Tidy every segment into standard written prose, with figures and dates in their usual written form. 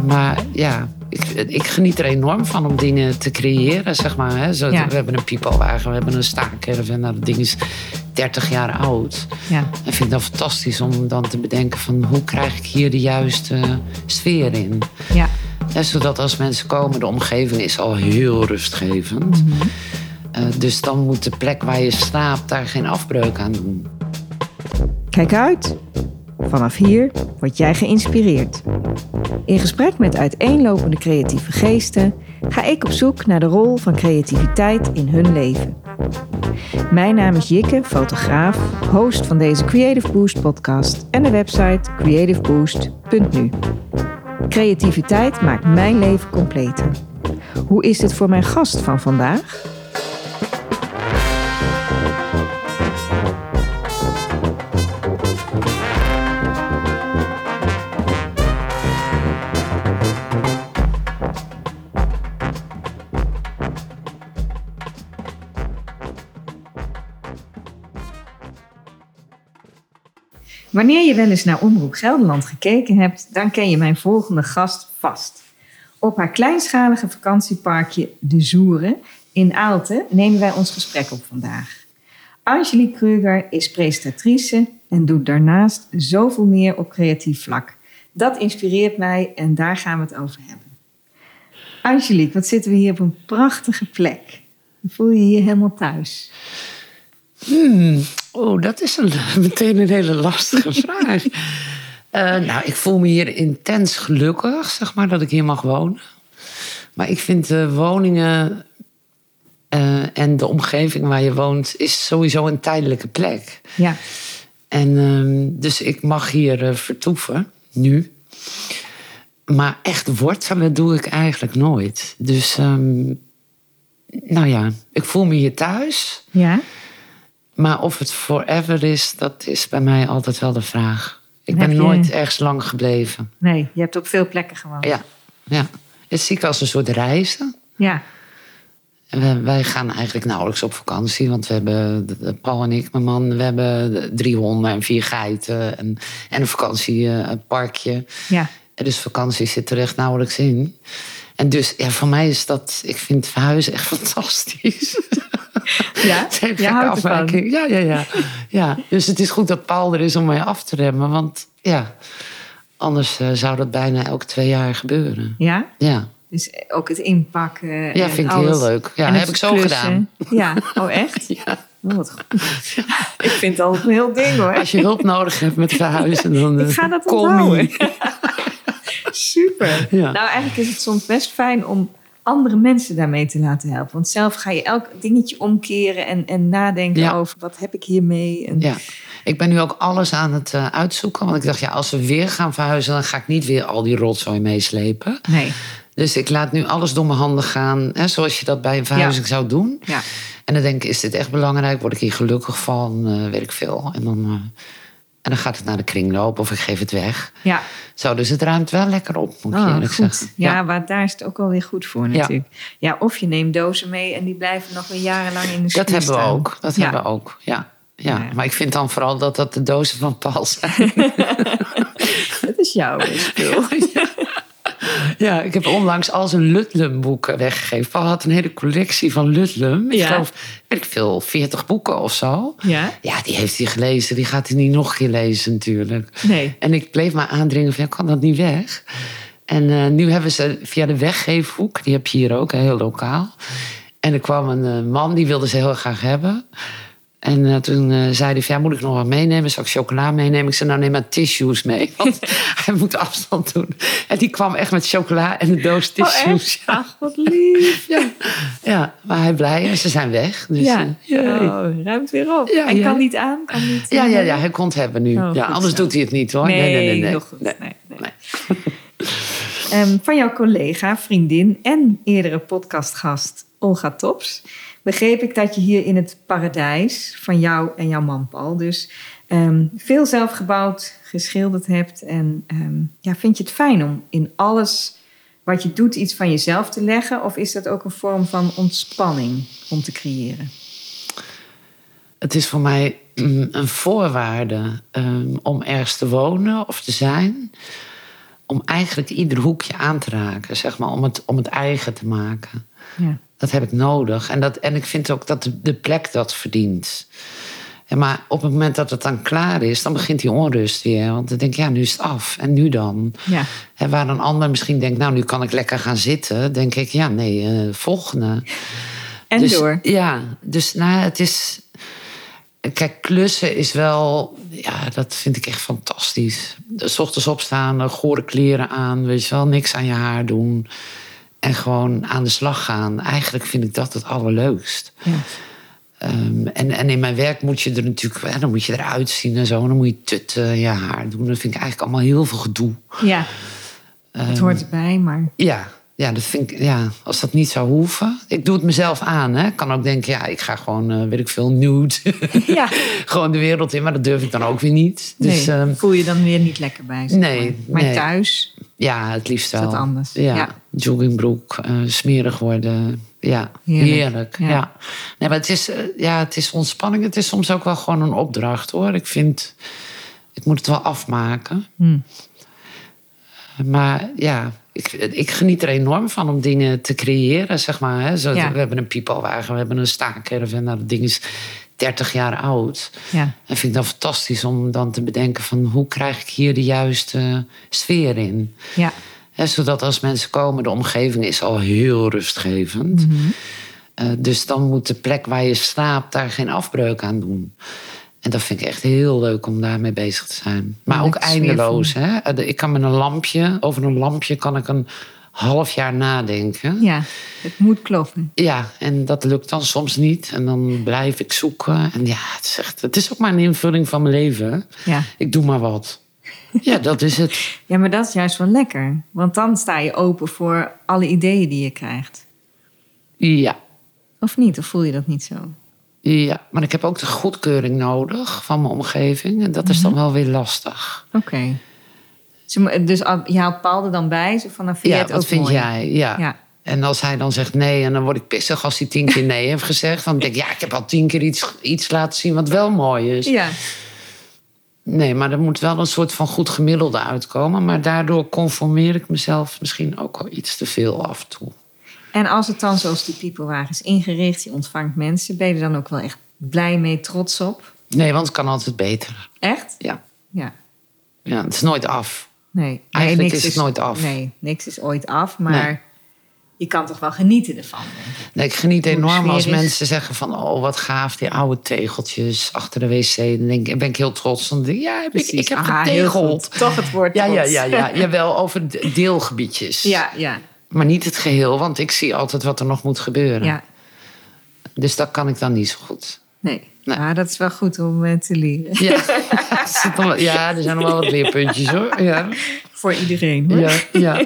Maar ja, ik geniet er enorm van om dingen te creëren, zeg maar. Hè. We hebben een pipowagen, we hebben een staakerven. Nou, dat ding is 30 jaar oud. Ja. En ik vind het dan fantastisch om dan te bedenken van... hoe krijg ik hier de juiste sfeer in? Ja. Ja, zodat als mensen komen, de omgeving is al heel rustgevend. Mm-hmm. Dus dan moet de plek waar je slaapt daar geen afbreuk aan doen. Kijk uit. Vanaf hier word jij geïnspireerd. In gesprek met uiteenlopende creatieve geesten ga ik op zoek naar de rol van creativiteit in hun leven. Mijn naam is Jikke, fotograaf, host van deze Creative Boost podcast en de website creativeboost.nu. Creativiteit maakt mijn leven completer. Hoe is dit voor mijn gast van vandaag? Wanneer je wel eens naar Omroep Gelderland gekeken hebt, dan ken je mijn volgende gast vast. Op haar kleinschalige vakantieparkje De Zoeren in Aalten nemen wij ons gesprek op vandaag. Angelique Kruger is presentatrice en doet daarnaast zoveel meer op creatief vlak. Dat inspireert mij en daar gaan we het over hebben. Angelique, wat zitten we hier op een prachtige plek. Voel je je hier helemaal thuis? Dat is meteen een hele lastige vraag. Nou, ik voel me hier intens gelukkig, zeg maar, dat ik hier mag wonen. Maar ik vind de woningen en de omgeving waar je woont... is sowieso een tijdelijke plek. Ja. En dus ik mag hier vertoeven, nu. Maar echt wortelen doe ik eigenlijk nooit. Dus, nou ja, ik voel me hier thuis. Ja. Maar of het forever is, dat is bij mij altijd wel de vraag. Ik ben nooit ergens lang gebleven. Nee, je hebt op veel plekken gewoond. Ja. Het zie ik als een soort reizen. Ja. Wij gaan eigenlijk nauwelijks op vakantie. Want we hebben, Paul en ik, mijn man, we hebben 3 honden en 4 geiten. En een vakantieparkje. Ja. En dus vakantie zit er echt nauwelijks in. En dus, ja, voor mij is dat... Ik vind verhuizen echt fantastisch. Ja, je houdt ervan. Ja. Dus het is goed dat Paul er is om mij af te remmen. Want ja, anders zou dat bijna elke 2 jaar gebeuren. Ja? Ja. Dus ook het inpakken. Ja, vind ik heel leuk. Ja, dat heb ik zo klussen gedaan. Ja, oh echt? Ja. Oh, wat goed. Ik vind het al een heel ding hoor. Als je hulp nodig hebt met verhuizen, dan ik ga dat onthouden. Super. Ja. Nou, eigenlijk is het soms best fijn om andere mensen daarmee te laten helpen. Want zelf ga je elk dingetje omkeren en nadenken over wat heb ik hiermee. En... Ja, ik ben nu ook alles aan het uitzoeken. Want ik dacht, als we weer gaan verhuizen, dan ga ik niet weer al die rotzooi meeslepen. Nee. Dus ik laat nu alles door mijn handen gaan, hè, zoals je dat bij een verhuizing zou doen. Ja. En dan denk ik, is dit echt belangrijk? Word ik hier gelukkig van? Weet ik veel. En dan gaat het naar de kringloop of ik geef het weg. Ja. Zo, dus het ruimt wel lekker op, moet ik eerlijk zeggen. Ja, maar daar is het ook wel weer goed voor natuurlijk. Ja, of je neemt dozen mee en die blijven nog weer jarenlang in de schuur staan. Dat hebben we ook, ja. Maar ik vind dan vooral dat de dozen van Paul zijn. Dat is jouw spul. Ja, ik heb onlangs al zijn Ludlum-boek weggegeven. Paul had een hele collectie van Ludlum. Ik geloof, weet ik veel, 40 boeken of zo. Ja, die heeft hij gelezen. Die gaat hij niet nog een keer lezen natuurlijk. Nee. En ik bleef maar aandringen van, kan dat niet weg? En nu hebben ze via de weggeefhoek, die heb je hier ook, heel lokaal. En er kwam een man, die wilde ze heel graag hebben. En toen zei hij van, moet ik nog wat meenemen? Zal ik chocola meenemen? Ik zei, nou neem maar tissues mee. Want hij moet afstand doen. En die kwam echt met chocola en een doos tissues. Oh, ach, wat lief. Ja, maar hij blij en ze zijn weg. Dus, ruimt weer op. En kan niet aan? Ja, hij kon het hebben nu. Anders doet hij het niet hoor. Nee. Heel goed. Nee. Van jouw collega, vriendin en eerdere podcastgast Olga Tops begreep ik dat je hier in het paradijs van jou en jouw man Paul dus veel zelf gebouwd, geschilderd hebt. En vind je het fijn om in alles wat je doet iets van jezelf te leggen? Of is dat ook een vorm van ontspanning om te creëren? Het is voor mij een voorwaarde om ergens te wonen of te zijn. om eigenlijk ieder hoekje aan te raken, zeg maar, om het eigen te maken. Ja. Dat heb ik nodig. En ik vind ook dat de plek dat verdient. Maar op het moment dat het dan klaar is, dan begint die onrust weer. Want dan denk ik, ja, nu is het af. En nu dan? Ja. En waar een ander misschien denkt, nou, nu kan ik lekker gaan zitten. Denk ik, ja, nee, volgende. En dus, door. Ja, dus nou, het is... Kijk, klussen is wel... Ja, dat vind ik echt fantastisch. 's Ochtends opstaan, gore kleren aan, weet je wel. Niks aan je haar doen. En gewoon aan de slag gaan. Eigenlijk vind ik dat het allerleukst. Ja. En in mijn werk moet je er natuurlijk... dan moet je eruit zien en zo. Dan moet je tutten, je haar doen. Dat vind ik eigenlijk allemaal heel veel gedoe. Ja, het hoort erbij, maar... Ja, dat vind ik, ja, als dat niet zou hoeven. Ik doe het mezelf aan. Hè. Ik kan ook denken, ja, ik ga gewoon, weet ik veel, nude. Ja. Gewoon de wereld in, maar dat durf ik dan ook weer niet. Dus, Nee, voel je dan weer niet lekker bij. Zeg nee, maar nee. Thuis ja, het liefst is wel. dat anders. Ja, joggingbroek, smerig worden. Ja, Heerlijk. heerlijk. Ja. Nee, maar het is ontspanning. Het is soms ook wel gewoon een opdracht, hoor. Ik vind, ik moet het wel afmaken. Maar ja, ik geniet er enorm van om dingen te creëren, zeg maar. Hè. Zo, Ja. We hebben een piepelwagen, we hebben een staakerven. Nou, dat ding is 30 jaar oud. Ja. En vind ik dan fantastisch om dan te bedenken van... hoe krijg ik hier de juiste sfeer in? Ja. Hè, zodat als mensen komen, de omgeving is al heel rustgevend. Dus dan moet de plek waar je slaapt daar geen afbreuk aan doen. En dat vind ik echt heel leuk om daarmee bezig te zijn. Maar ook lekker eindeloos. Hè? Ik kan met over een lampje kan ik een half jaar nadenken. Ja, het moet kloppen. Ja, en dat lukt dan soms niet. En dan blijf ik zoeken. En ja, het is ook maar een invulling van mijn leven. Ja. Ik doe maar wat. Ja, dat is het. Ja, maar dat is juist wel lekker. Want dan sta je open voor alle ideeën die je krijgt. Ja. Of niet? Of voel je dat niet zo? Ja, maar ik heb ook de goedkeuring nodig van mijn omgeving. En dat is dan wel weer lastig. Oké. Dus je haalt Paul er dan bij? Zo van, nou, vind Ja, jij het wat ook vind mooi? jij? Ja. Ja. En als hij dan zegt nee, en dan word ik pissig als hij 10 keer nee heeft gezegd. Dan denk ik, ja, ik heb al 10 keer iets laten zien wat wel mooi is. Ja. Nee, maar er moet wel een soort van goed gemiddelde uitkomen. Maar daardoor conformeer ik mezelf misschien ook al iets te veel af en toe. En als het dan zoals die piepelwagen is ingericht, je ontvangt mensen, ben je er dan ook wel echt blij mee, trots op? Nee, want het kan altijd beter. Echt? Ja, Ja. ja het is nooit af. Nee. Eigenlijk niks is het nooit af. Nee, niks is ooit af, maar Nee. je kan toch wel genieten ervan, denk ik. Nee, ik geniet Hoe de enorm sfeer als is. mensen zeggen van... oh, wat gaaf, die oude tegeltjes achter de wc. Dan ben ik heel trots. Dan denk ik, ja, ik heb Ah, heel getegeld. goed. Toch het woord Ja, trots. ja. Jawel, over deelgebiedjes. Ja, ja, Maar niet het geheel, want ik zie altijd wat er nog moet gebeuren. ja. Dus dat kan ik dan niet zo goed. Nee. Nee. Maar dat is wel goed om te leren. Ja, ja, er zijn nog wel wat leerpuntjes, hoor. Ja, Voor iedereen, hoor. ja.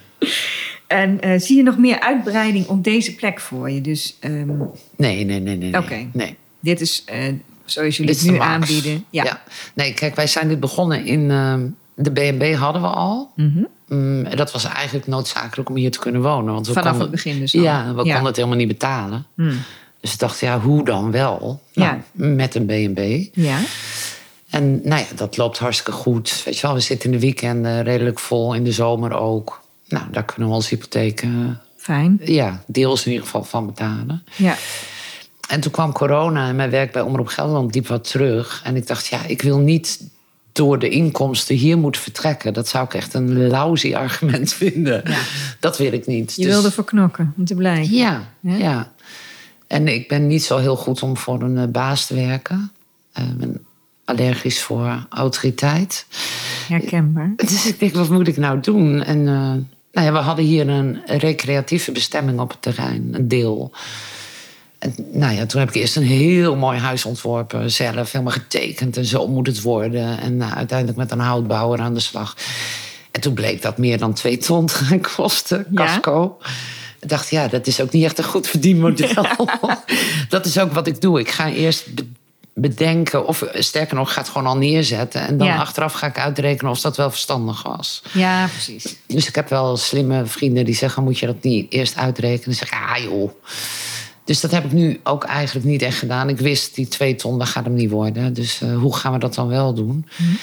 En zie je nog meer uitbreiding op deze plek voor je? Dus Nee. Oké. Nee. dit is zoals jullie Dit is het nu de max. aanbieden. Ja. Nee, kijk, wij zijn dit begonnen in... de B&B hadden we al. Dat was eigenlijk noodzakelijk om hier te kunnen wonen. Want we Vanaf konden, het begin dus al. Ja, we konden het helemaal niet betalen. Dus ik dacht, ja, hoe dan wel? Nou, met een B&B. Ja. En nou ja, dat loopt hartstikke goed. Weet je wel, we zitten in de weekenden redelijk vol. In de zomer ook. Nou, daar kunnen we onze hypotheek... Fijn. ja, deels in ieder geval van betalen. Ja. En toen kwam corona en mijn werk bij Omroep Gelderland liep wat terug. En ik dacht, ja, ik wil niet door de inkomsten hier moeten vertrekken. Dat zou ik echt een lousy argument vinden. Ja. Dat wil ik niet. Je wilde voor knokken om te blijven. Ja, ja. En ik ben niet zo heel goed om voor een baas te werken. Ik ben allergisch voor autoriteit. Herkenbaar. Dus ik denk, wat moet ik nou doen? En nou ja, we hadden hier een recreatieve bestemming op het terrein, een deel. En nou ja, toen heb ik eerst een heel mooi huis ontworpen, zelf helemaal getekend en zo moet het worden. En uiteindelijk met een houtbouwer aan de slag. En toen bleek dat meer dan 2 ton te gaan kosten, casco. Ik dacht, ja, dat is ook niet echt een goed verdienmodel. Dat is ook wat ik doe. Ik ga eerst bedenken, of sterker nog, ga het gewoon al neerzetten. En dan achteraf ga ik uitrekenen of dat wel verstandig was. Ja, precies. Dus ik heb wel slimme vrienden die zeggen, moet je dat niet eerst uitrekenen? Dan zeg ik, joh. Dus dat heb ik nu ook eigenlijk niet echt gedaan. Ik wist, die 2 ton, dat gaat hem niet worden. Dus hoe gaan we dat dan wel doen?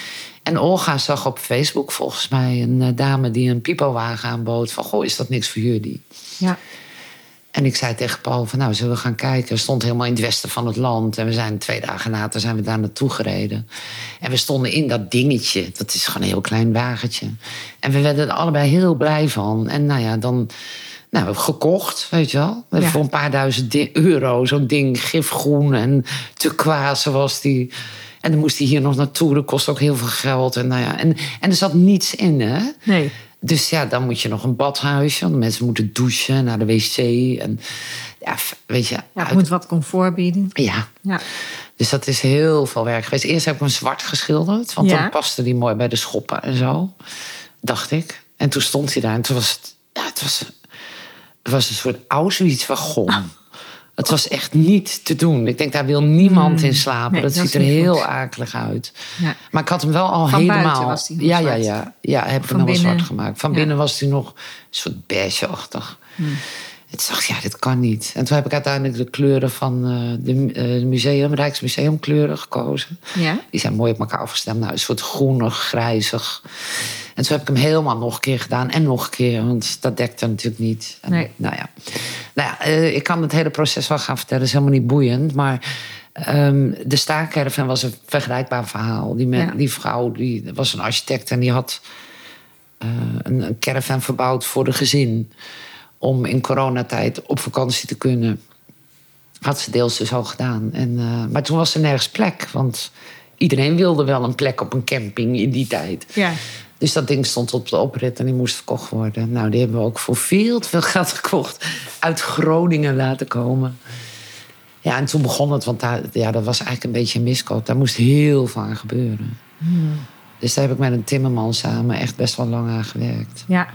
En Olga zag op Facebook volgens mij een dame die een pipowagen aanbood. Van, goh, is dat niks voor jullie? Ja. En ik zei tegen Paul van, nou, zullen we gaan kijken? We stonden helemaal in het westen van het land. En we zijn 2 dagen later zijn we daar naartoe gereden. En we stonden in dat dingetje. Dat is gewoon een heel klein wagentje. En we werden er allebei heel blij van. En nou ja, dan... Nou, we hebben gekocht, weet je wel. We hebben voor een paar duizend euro zo'n ding, gifgroen en turquoise was die. En dan moest hij hier nog naartoe, dat kost ook heel veel geld. En, nou ja, en er zat niets in, hè? Nee. Dus ja, dan moet je nog een badhuisje, want mensen moeten douchen, naar de wc. En ja, weet je... Ja, het moet wat comfort bieden. Ja. Ja. Dus dat is heel veel werk geweest. Eerst heb ik hem zwart geschilderd, want dan paste die mooi bij de schoppen en zo. Dacht ik. En toen stond hij daar en toen was het... Ja, het was een soort Auschwitz-wagon. Het was echt niet te doen. Ik denk, daar wil niemand in slapen. Nee, dat ziet er heel akelig uit. Ja. Maar ik had hem wel al van helemaal... buiten was hij nog zwart. Ja, heb ik hem wel zwart gemaakt. Van binnen was hij nog een soort beige-achtig. Het dacht, ja, dit kan niet. En toen heb ik uiteindelijk de kleuren van de Rijksmuseumkleuren gekozen. Ja? Die zijn mooi op elkaar afgestemd. Nou, een soort groenig, grijzig. En toen heb ik hem helemaal nog een keer gedaan. En nog een keer, want dat dekte natuurlijk niet. En, Nee. Nou ja, ik kan het hele proces wel gaan vertellen. Het is helemaal niet boeiend. Maar de staakcaravan was een vergelijkbaar verhaal. Die vrouw die was een architect en die had een caravan verbouwd voor de gezin. Om in coronatijd op vakantie te kunnen. Had ze deels dus al gedaan. Maar toen was er nergens plek. Want iedereen wilde wel een plek op een camping in die tijd. Ja. Dus dat ding stond op de oprit en die moest verkocht worden. Nou, die hebben we ook voor veel te veel geld gekocht. Uit Groningen laten komen. Ja, en toen begon het. Want dat was eigenlijk een beetje een miskoop. Daar moest heel veel aan gebeuren. Dus daar heb ik met een timmerman samen echt best wel lang aan gewerkt. Ja.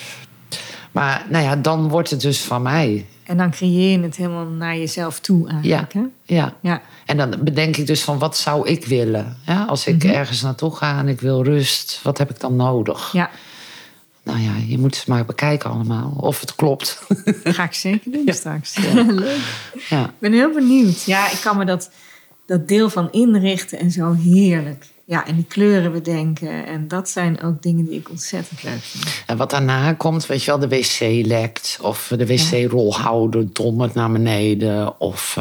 Maar nou ja, dan wordt het dus van mij. En dan creëer je het helemaal naar jezelf toe eigenlijk. Ja, Hè? ja. Ja. En dan bedenk ik dus van wat zou ik willen? Ja, als ik ergens naartoe ga en ik wil rust, wat heb ik dan nodig? Ja. Nou ja, je moet het maar bekijken allemaal. Of het klopt. Dat ga ik zeker doen straks. Leuk. Ja. Ik ben heel benieuwd. Ja, ik kan me dat deel van inrichten en zo heerlijk. Ja, en die kleuren bedenken. En dat zijn ook dingen die ik ontzettend leuk vind. En wat daarna komt, weet je wel, de wc lekt. Of de wc-rolhouder dondert naar beneden. Of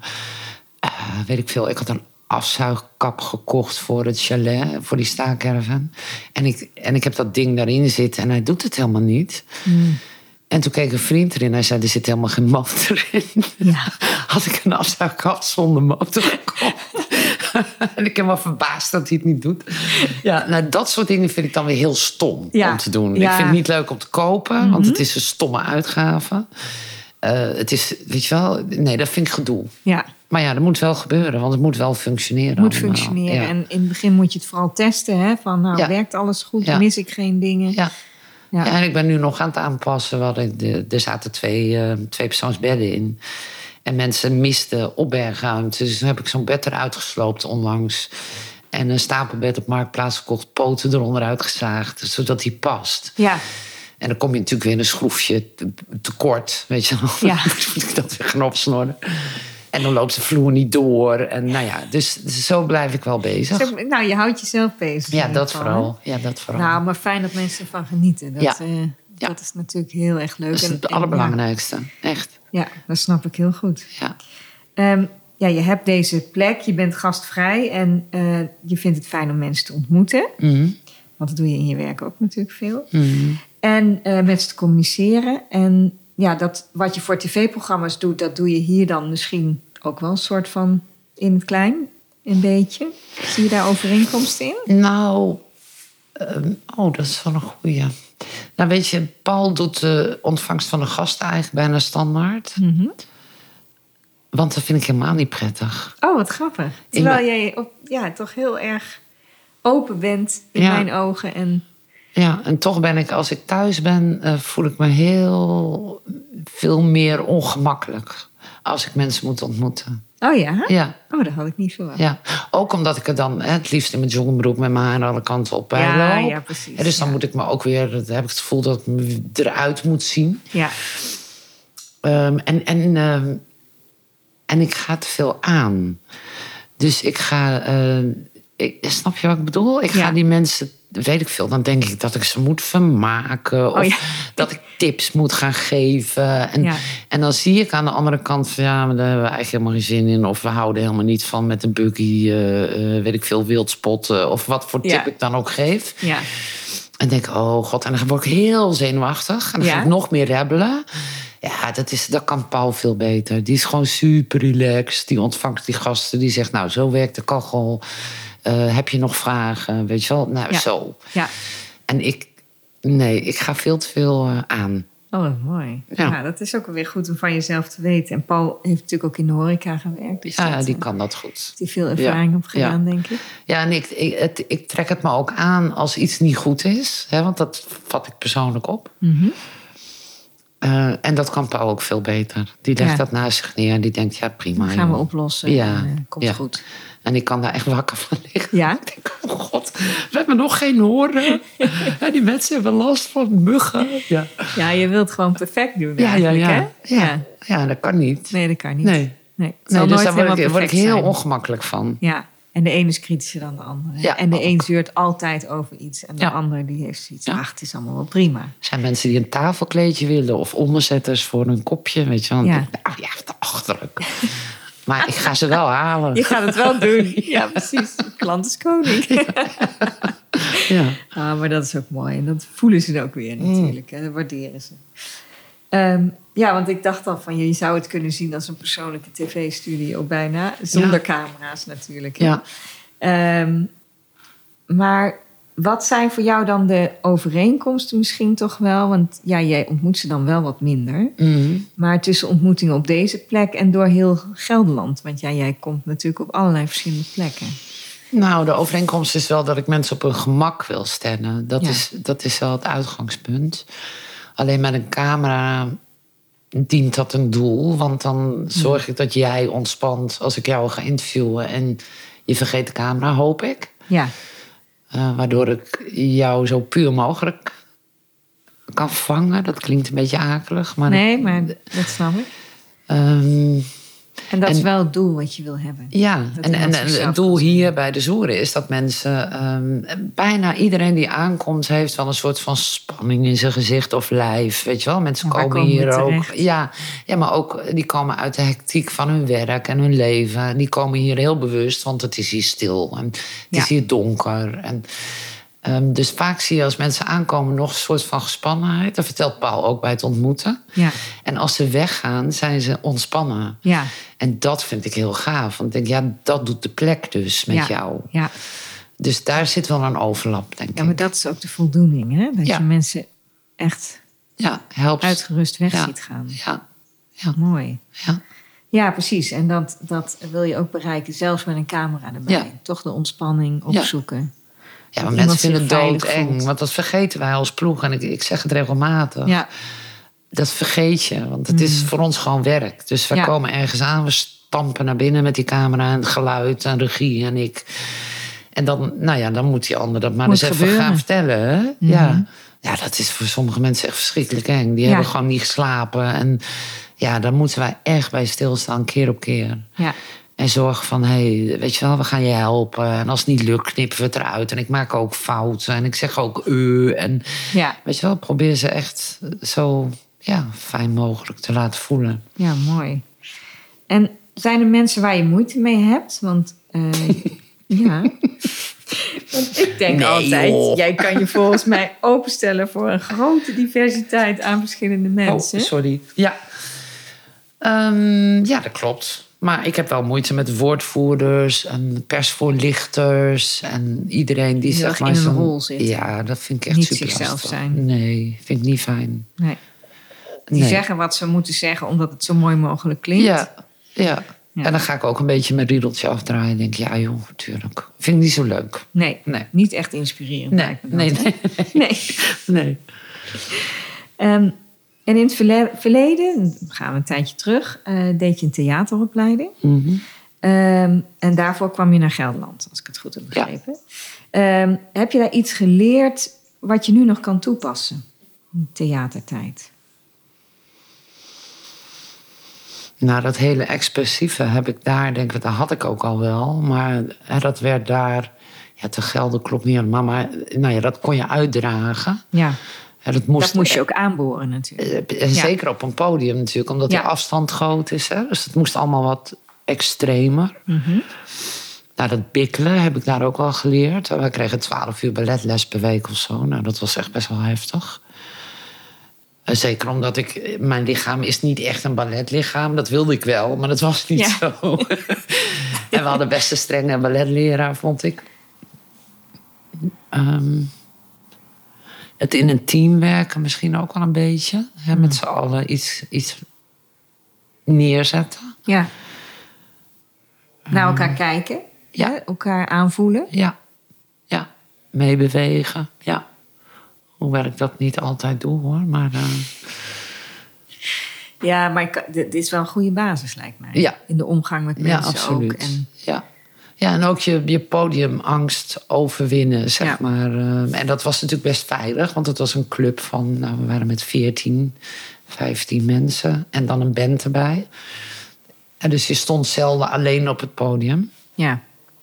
weet ik veel. Ik had een afzuigkap gekocht voor het chalet. Voor die staakcaravan. En ik heb dat ding daarin zitten. En hij doet het helemaal niet. En toen keek een vriend erin. Hij zei, er zit helemaal geen motor in. Ja. Had ik een afzuigkap zonder motor gekocht. En ik ben wel verbaasd dat hij het niet doet. Ja, nou, dat soort dingen vind ik dan weer heel stom om te doen. Ja. Ik vind het niet leuk om te kopen, want het is een stomme uitgave. Het is, weet je wel, nee, dat vind ik gedoe. Ja. Maar ja, dat moet wel gebeuren, want het moet wel functioneren. Het moet allemaal. functioneren. Ja. En in het begin moet je het vooral testen. Hè? Van, nou, werkt alles goed? Ja. Mis ik geen dingen? Ja. Ja. Ja, en ik ben nu nog aan het aanpassen. Er zaten twee persoonsbedden in. En mensen misten opbergruimte. Dus toen heb ik zo'n bed eruit gesloopt onlangs. En een stapelbed op Marktplaats gekocht. Poten eronder uitgezaagd. Zodat die past. Ja. En dan kom je natuurlijk weer een schroefje tekort. Weet je wel. Ja. Dan moet ik dat weer gaan opsnorren. En dan loopt de vloer niet door. En nou ja, dus zo blijf ik wel bezig. Zeg, nou, je houdt jezelf bezig. Ja, in dat ieder geval, vooral. Ja, dat vooral. Nou, maar fijn dat mensen ervan genieten. Dat is natuurlijk heel erg leuk. Dat is En- het en allerbelangrijkste. Echt. Ja, dat snap ik heel goed. Ja. Ja, je hebt deze plek, je bent gastvrij en je vindt het fijn om mensen te ontmoeten. Mhm. Want dat doe je in je werk ook natuurlijk veel. Mhm. En met ze te communiceren. En ja, dat, wat je voor tv-programma's doet, dat doe je hier dan misschien ook wel een soort van in het klein. Een beetje. Zie je daar overeenkomsten in? Nou, dat is wel een goeie. Nou weet je, Paul doet de ontvangst van de gasten eigenlijk bijna standaard. Want dat vind ik helemaal niet prettig. Oh, wat grappig. Terwijl jij toch heel erg open bent in mijn ogen. En Ja, en toch ben ik, als ik thuis ben, voel ik me heel veel meer ongemakkelijk. Als ik mensen moet ontmoeten. oh ja? Ja. Oh, dat had ik niet verwacht. Ja, ook omdat ik er dan het liefst in mijn joggingbroek met mijn haar alle kanten op bij Ja, loop. ja, precies, En dus dan ja. moet ik me ook weer, dan heb ik het gevoel dat ik me eruit moet zien. Ja. En ik ga te veel aan. Dus ik ga Snap je wat ik bedoel? Ik ga die mensen, weet ik veel, dan denk ik dat ik ze moet vermaken. Of dat ik tips moet gaan geven. En dan zie ik aan de andere kant van maar daar hebben we eigenlijk helemaal geen zin in. Of we houden helemaal niet van met een buggy, weet ik veel, wildspotten. Of wat voor tip ik dan ook geef. Ja. En denk, oh god, en dan word ik heel zenuwachtig. En dan ga ik nog meer rebelen. Ja, dat kan Paul veel beter. Die is gewoon super relaxed. Die ontvangt die gasten. Die zegt, nou, zo werkt de kachel. Heb je nog vragen? Weet je wel? Nou, zo. Ja. En ik ga veel te veel aan. Oh, wat mooi. Ja, dat is ook weer goed om van jezelf te weten. En Paul heeft natuurlijk ook in de horeca gewerkt. Dus die kan dat goed. Heeft hij veel ervaring op gedaan, denk ik. Ja, en ik trek het me ook aan als iets niet goed is. Hè, want dat vat ik persoonlijk op. Mm-hmm. En dat kan Paul ook veel beter. Die legt dat naast zich neer en die denkt, prima. Dat gaan we oplossen. Ja. Komt goed. En ik kan daar echt wakker van liggen. Ja? Ik denk, oh god, we hebben nog geen horen. Die mensen hebben last van muggen. Ja, je wilt gewoon perfect doen eigenlijk, hè? Ja, dat kan niet. Nee, dat kan niet. Nee, dus daar word ik heel ongemakkelijk van. Ja, en de ene is kritischer dan de andere. Ja, en de een zeurt altijd over iets. En de ander die heeft zoiets. Het is allemaal wel prima. Er zijn mensen die een tafelkleedje willen of onderzetters voor een kopje. Weet je wel. De achterlijk. Maar ik ga ze wel halen. Je gaat het wel doen. Ja, precies. De klant is koning. Maar dat is ook mooi. En dat voelen ze ook weer natuurlijk. Dat waarderen ze. Want ik dacht al van je zou het kunnen zien als een persoonlijke tv-studio bijna. Zonder camera's natuurlijk. Ja. Maar wat zijn voor jou dan de overeenkomsten misschien toch wel? Want jij ontmoet ze dan wel wat minder. Mm. Maar tussen ontmoetingen op deze plek en door heel Gelderland. Want jij komt natuurlijk op allerlei verschillende plekken. Nou, de overeenkomst is wel dat ik mensen op hun gemak wil stellen. Dat is wel het uitgangspunt. Alleen met een camera dient dat een doel. Want dan zorg ik dat jij ontspant als ik jou ga interviewen. En je vergeet de camera, hoop ik. Ja. Waardoor ik jou zo puur mogelijk kan vangen. Dat klinkt een beetje akelig. Maar maar dat snap ik. En dat is wel het doel wat je wil hebben. Ja, en het doel hier bij de Zoeren is dat mensen... bijna iedereen die aankomt heeft wel een soort van spanning in zijn gezicht of lijf. Weet je wel, mensen komen hier ook... Ja, maar ook die komen uit de hectiek van hun werk en hun leven. Die komen hier heel bewust, want het is hier stil. En het is hier donker. Dus vaak zie je als mensen aankomen nog een soort van gespannenheid. Dat vertelt Paul ook bij het ontmoeten. Ja. En als ze weggaan, zijn ze ontspannen. Ja. En dat vind ik heel gaaf. Want ik denk, dat doet de plek dus met jou. Ja. Dus daar zit wel een overlap, denk ik. Ja, maar dat is ook de voldoening, hè? Dat je mensen echt uitgerust weg ziet gaan. Ja. Mooi. Ja. Ja, precies. En dat wil je ook bereiken, zelfs met een camera erbij. Ja. Toch de ontspanning opzoeken. Ja, maar mensen vinden het doodeng. Want dat vergeten wij als ploeg. En ik zeg het regelmatig. Ja. Dat vergeet je. Want het is voor ons gewoon werk. Dus we komen ergens aan. We stampen naar binnen met die camera en het geluid en regie en ik. En dan, dan moet die ander dat maar eens even gaan vertellen. Hè? Mm-hmm. Ja, dat is voor sommige mensen echt verschrikkelijk eng. Die hebben gewoon niet geslapen. En daar moeten wij echt bij stilstaan, keer op keer. Ja. En zorg van, weet je wel, we gaan je helpen. En als het niet lukt, knippen we het eruit. En ik maak ook fouten. En ik zeg ook En weet je wel, probeer ze echt zo fijn mogelijk te laten voelen. Ja, mooi. En zijn er mensen waar je moeite mee hebt? Want want ik denk altijd, jij kan je volgens mij openstellen voor een grote diversiteit aan verschillende mensen. Oh, sorry. Ja. Dat klopt. Maar ik heb wel moeite met woordvoerders en persvoorlichters en iedereen die zeg maar in een rol zit. Ja, dat vind ik echt niet super zichzelf lastig. Zijn. Nee, vind ik niet fijn. Nee. Die zeggen wat ze moeten zeggen omdat het zo mooi mogelijk klinkt. Ja. En dan ga ik ook een beetje mijn riedeltje afdraaien en denk ja joh, natuurlijk. Vind ik niet zo leuk. Nee. Niet echt inspirerend. Nee. En in het verleden, gaan we een tijdje terug, deed je een theateropleiding. Mm-hmm. En daarvoor kwam je naar Gelderland, als ik het goed heb begrepen. Ja. Heb je daar iets geleerd wat je nu nog kan toepassen in theatertijd? Nou, dat hele expressieve heb ik daar, denk ik, dat had ik ook al wel. Maar dat werd daar Ja, te gelden klopt niet helemaal, maar nou ja, dat kon je uitdragen. Ja, Ja, dat moest je ook aanboren natuurlijk. Zeker op een podium natuurlijk, omdat die afstand groot is. Hè? Dus het moest allemaal wat extremer. Mhm. Nou, dat bikkelen heb ik daar ook wel geleerd. We kregen 12 uur balletles per week of zo. Nou, dat was echt best wel heftig. Zeker omdat mijn lichaam is niet echt een balletlichaam. Dat wilde ik wel, maar dat was niet zo. En we hadden best een strenge balletleraar, vond ik. Het in een team werken misschien ook wel een beetje. Hè, met z'n allen iets neerzetten. Ja. Naar elkaar kijken. Ja. Hè? Elkaar aanvoelen. Ja. Meebewegen. Ja. Hoewel ik dat niet altijd doe, hoor. Maar Ja, maar dit is wel een goede basis, lijkt mij. Ja. In de omgang met mensen absoluut. ook. En... Ja, en ook je podiumangst overwinnen, zeg Ja. maar. En dat was natuurlijk best veilig, want het was een club van... Nou, we waren met 14, 15 mensen en dan een band erbij. En dus je stond zelden alleen op het podium. Ja.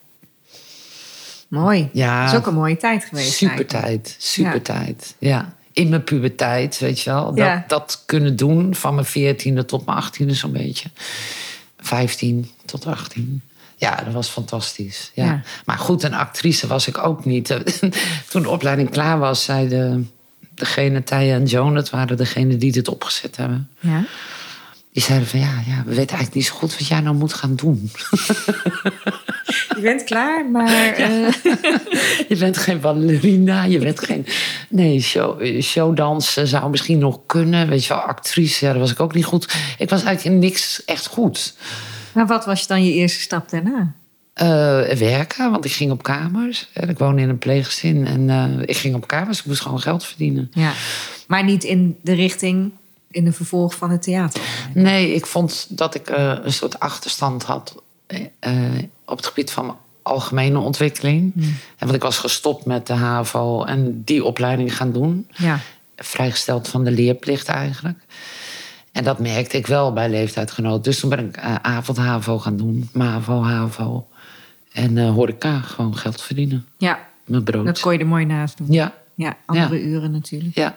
Mooi. Ja, Dat is ook een mooie tijd geweest. Supertijd. Ja. In mijn puberteit, weet je wel. Dat kunnen doen van mijn 14e tot mijn 18e zo'n beetje. 15 tot 18. Ja, dat was fantastisch. Ja. Maar goed, een actrice was ik ook niet. Toen de opleiding klaar was, zeiden degene, Thaya en Joan... dat waren degenen die dit opgezet hebben. Ja. Die zeiden van ja, we weten eigenlijk niet zo goed wat jij nou moet gaan doen. Je bent klaar, maar... Je bent geen ballerina, je bent geen... Nee, showdansen zou misschien nog kunnen. Weet je wel, actrice, ja, dat was ik ook niet goed. Ik was eigenlijk in niks echt goed. Maar wat was dan je eerste stap daarna? Werken, want ik ging op kamers. Ik woonde in een pleeggezin en ik ging op kamers. Ik moest gewoon geld verdienen. Ja. Maar niet in de richting... in de vervolg van het theater? Nee, ik vond dat ik een soort achterstand had... op het gebied van algemene ontwikkeling. En want ik was gestopt met de HAVO en die opleiding gaan doen. Ja. Vrijgesteld van de leerplicht eigenlijk. En dat merkte ik wel bij leeftijdgenoten. Dus toen ben ik avond-HAVO gaan doen. MAVO, HAVO. En horeca, gewoon geld verdienen. Ja, mijn brood. Dat kon je er mooi naast doen. Ja. Ja, andere uren natuurlijk. Ja.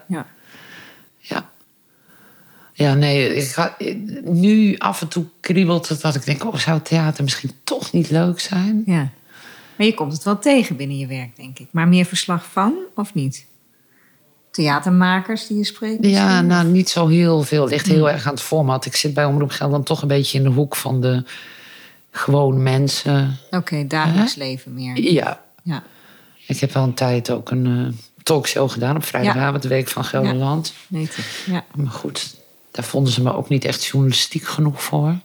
Ja, nee, nu af en toe kriebelt het dat ik denk... zou theater misschien toch niet leuk zijn? Ja, maar je komt het wel tegen binnen je werk, denk ik. Maar meer verslag van, of niet? Theatermakers die je spreekt? Ja, nou, niet zo heel veel. Het ligt heel erg aan het format. Ik zit bij Omroep Gelderland toch een beetje in de hoek van de gewone mensen. Oké, dagelijks leven meer. Ja. Ik heb wel een tijd ook een talkshow gedaan op vrijdagavond, de Week van Gelderland. Ja. Maar goed... Daar vonden ze me ook niet echt journalistiek genoeg voor.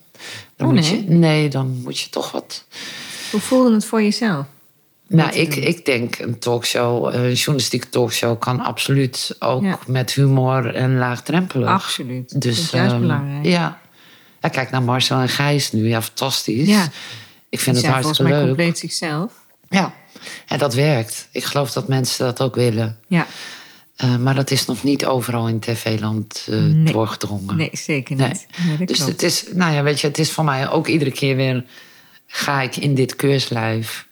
Dan moet je toch wat... Hoe voelde het voor jezelf? Nou, ik denk een talkshow, een journalistieke talkshow... kan absoluut ook met humor en laagdrempelig. Absoluut, dus, dat is juist belangrijk. Ja, kijk naar Marcel en Gijs nu. Ja, fantastisch. Ja. Ik vind het hartstikke leuk. Volgens mij compleet zichzelf. Ja, en dat werkt. Ik geloof dat mensen dat ook willen. Ja. Maar dat is nog niet overal in tv-land doorgedrongen. Nee, zeker niet. Nee, dus het is, nou ja, weet je, het is voor mij ook iedere keer weer... ga ik in dit keurslijf?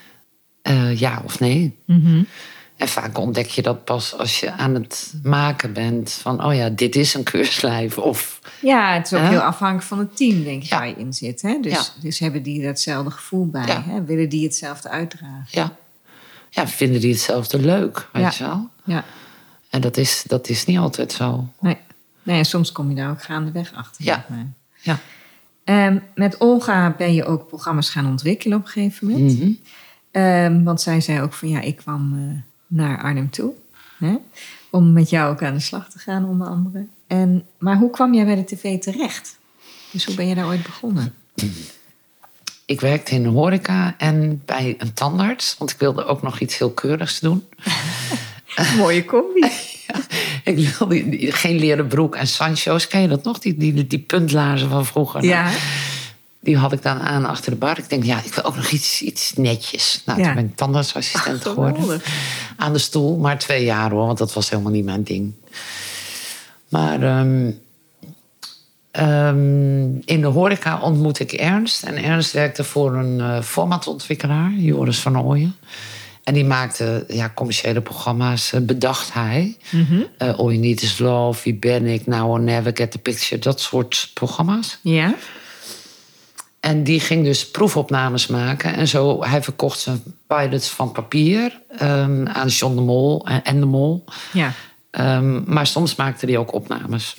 Ja of nee? Mm-hmm. En vaak ontdek je dat pas als je aan het maken bent... van, oh ja, dit is een keurslijf. Of, ja, het is ook heel afhankelijk van het team, denk ik, waar je in zit. Hè? Dus hebben die datzelfde gevoel bij? Hè? Willen die hetzelfde uitdragen? Ja, vinden die hetzelfde leuk, weet je wel? Ja. En dat is niet altijd zo. Nee, en soms kom je daar ook gaandeweg achter. Ja. Met Olga ben je ook programma's gaan ontwikkelen op een gegeven moment. Mm-hmm. Want zij zei ook van ik kwam naar Arnhem toe. Hè, om met jou ook aan de slag te gaan, onder andere. Maar hoe kwam jij bij de tv terecht? Dus hoe ben je daar ooit begonnen? Ik werkte in de horeca en bij een tandarts. Want ik wilde ook nog iets heel keurigs doen. Mooie combi. Ik wilde geen leren broek en Sancho's. Ken je dat nog? Die puntlaarzen van vroeger. Ja. Die had ik dan aan achter de bar. Ik denk, ik wil ook nog iets netjes. Nou, toen ben ik tandartsassistent geworden. Aan de stoel. Maar 2 jaar hoor, want dat was helemaal niet mijn ding. Maar in de horeca ontmoette ik Ernst. En Ernst werkte voor een formatontwikkelaar, Joris van Ooyen. En die maakte commerciële programma's, bedacht hij. All You Need Is Love, Wie ben ik, Now or Never, Get the Picture. Dat soort programma's. Ja. En die ging dus proefopnames maken. En zo, hij verkocht zijn pilots van papier aan John de Mol en de Mol. Ja. Maar soms maakte hij ook opnames.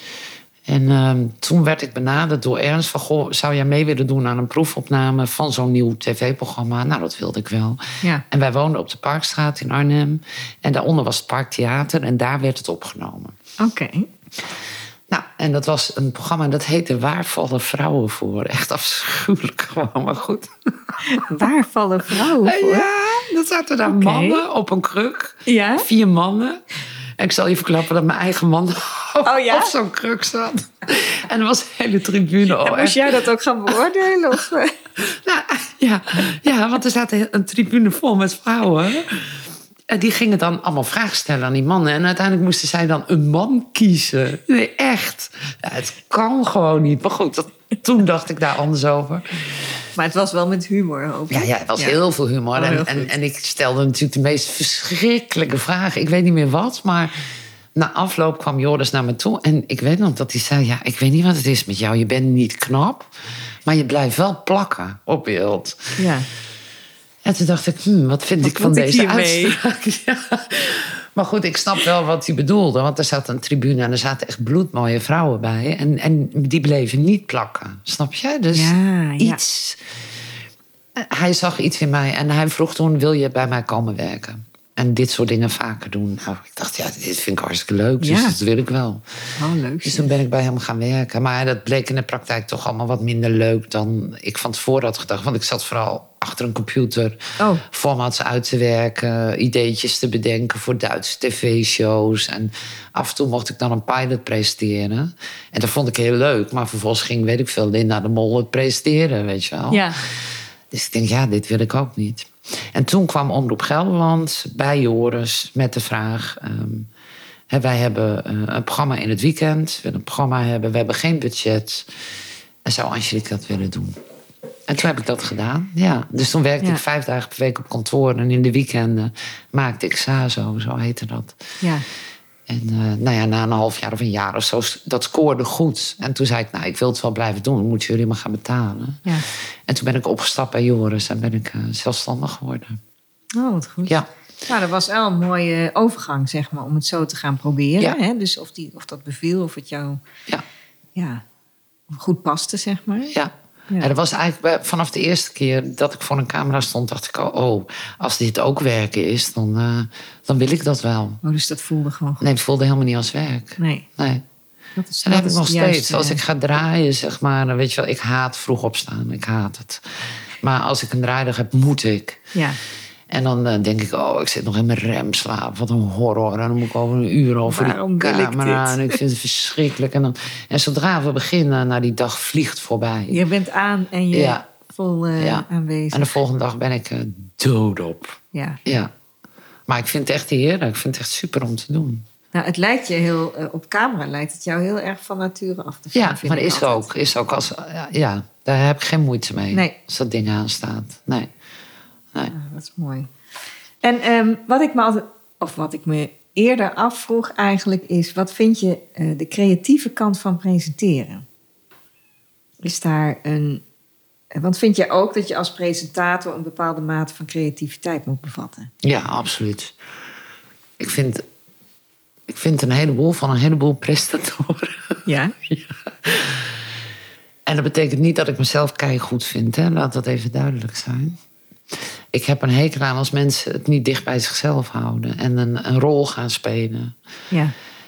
En toen werd ik benaderd door Ernst van... Goh, zou jij mee willen doen aan een proefopname van zo'n nieuw tv-programma? Nou, dat wilde ik wel. Ja. En wij woonden op de Parkstraat in Arnhem. En daaronder was het Parktheater en daar werd het opgenomen. Oké. Nou, en dat was een programma dat heette Waar vallen vrouwen voor? Echt afschuwelijk gewoon, maar goed. Waar vallen vrouwen voor? Ja, dan zaten daar mannen op een kruk. Ja? 4 mannen. En ik zal je verklappen dat mijn eigen man op zo'n kruk zat. En er was een hele tribune. En moest jij dat ook gaan beoordelen? Of? Nou, ja, want er zat een tribune vol met vrouwen. En die gingen dan allemaal vragen stellen aan die mannen. En uiteindelijk moesten zij dan een man kiezen. Nee, echt. Ja, het kan gewoon niet. Maar goed, toen dacht ik daar anders over. Maar het was wel met humor, hoop ik. Ja, het was heel veel humor. En ik stelde natuurlijk de meest verschrikkelijke vragen. Ik weet niet meer wat, maar na afloop kwam Joris naar me toe. En ik weet nog dat hij zei... Ja, ik weet niet wat het is met jou. Je bent niet knap, maar je blijft wel plakken op beeld. Ja. En toen dacht ik, wat vind ik van deze uitspraak? Ja. Maar goed, ik snap wel wat hij bedoelde. Want er zat een tribune en er zaten echt bloedmooie vrouwen bij. En die bleven niet plakken. Snap je? Dus iets... Hij zag iets in mij en hij vroeg toen... wil je bij mij komen werken? En dit soort dingen vaker doen. Nou, ik dacht, dit vind ik hartstikke leuk. Dus dat wil ik wel. Oh, leuk. Dus toen ben ik bij hem gaan werken. Maar dat bleek in de praktijk toch allemaal wat minder leuk... dan ik van tevoren had gedacht. Want ik zat vooral achter een computer... formats uit te werken... ideetjes te bedenken voor Duitse tv-shows. En af en toe mocht ik dan een pilot presenteren. En dat vond ik heel leuk. Maar vervolgens ging, weet ik veel... Linda de Mol het presenteren, weet je wel. Ja. Dus ik denk, dit wil ik ook niet. En toen kwam Omroep Gelderland bij Joris met de vraag... wij hebben een programma in het weekend. We willen een programma hebben. We hebben geen budget. En zou Angelique dat willen doen? En toen heb ik dat gedaan. Ja. Dus toen werkte ik 5 dagen per week op kantoor. En in de weekenden maakte ik Sazo, zo heette dat. Ja. En na een half jaar of een jaar of zo, dat scoorde goed. En toen zei ik, ik wil het wel blijven doen. Dan moeten jullie me gaan betalen. Ja. En toen ben ik opgestapt bij Joris en ben ik zelfstandig geworden. Oh, wat goed. Ja. Nou, dat was wel een mooie overgang, zeg maar, om het zo te gaan proberen. Ja. Hè? Dus of dat beviel, of het jou goed paste, zeg maar. Ja. En dat was eigenlijk vanaf de eerste keer dat ik voor een camera stond... dacht ik, als dit ook werken is, dan wil ik dat wel. Oh, dus dat voelde gewoon goed. Nee, het voelde helemaal niet als werk. Nee. En dat heb ik nog steeds. Als ik ga draaien, zeg maar, dan weet je wel... ik haat vroeg opstaan, ik haat het. Maar als ik een draaidag heb, moet ik. Ja. En dan denk ik, ik zit nog in mijn remslaap. Wat een horror. En dan moet ik over een uur over die camera. En ik vind het verschrikkelijk. En zodra we beginnen, die dag vliegt voorbij. Je bent aan en je vol aanwezig. En de volgende dag ben ik doodop. Ja. Maar ik vind het echt heerlijk. Ik vind het echt super om te doen. Nou, het lijkt je heel... op camera lijkt het jou heel erg van nature af te gaan. Ja, maar is ook als... daar heb ik geen moeite mee. Nee. Als dat ding aanstaat. Nee. Ja, dat is mooi. En wat ik me eerder afvroeg eigenlijk is... wat vind je de creatieve kant van presenteren? Is daar een... Want vind je ook dat je als presentator... een bepaalde mate van creativiteit moet bevatten? Ja, absoluut. Ik vind een heleboel van een heleboel presentatoren. Ja? En dat betekent niet dat ik mezelf keigoed vind. Hè? Laat dat even duidelijk zijn. Ik heb een hekel aan als mensen het niet dicht bij zichzelf houden. En een rol gaan spelen. Ja.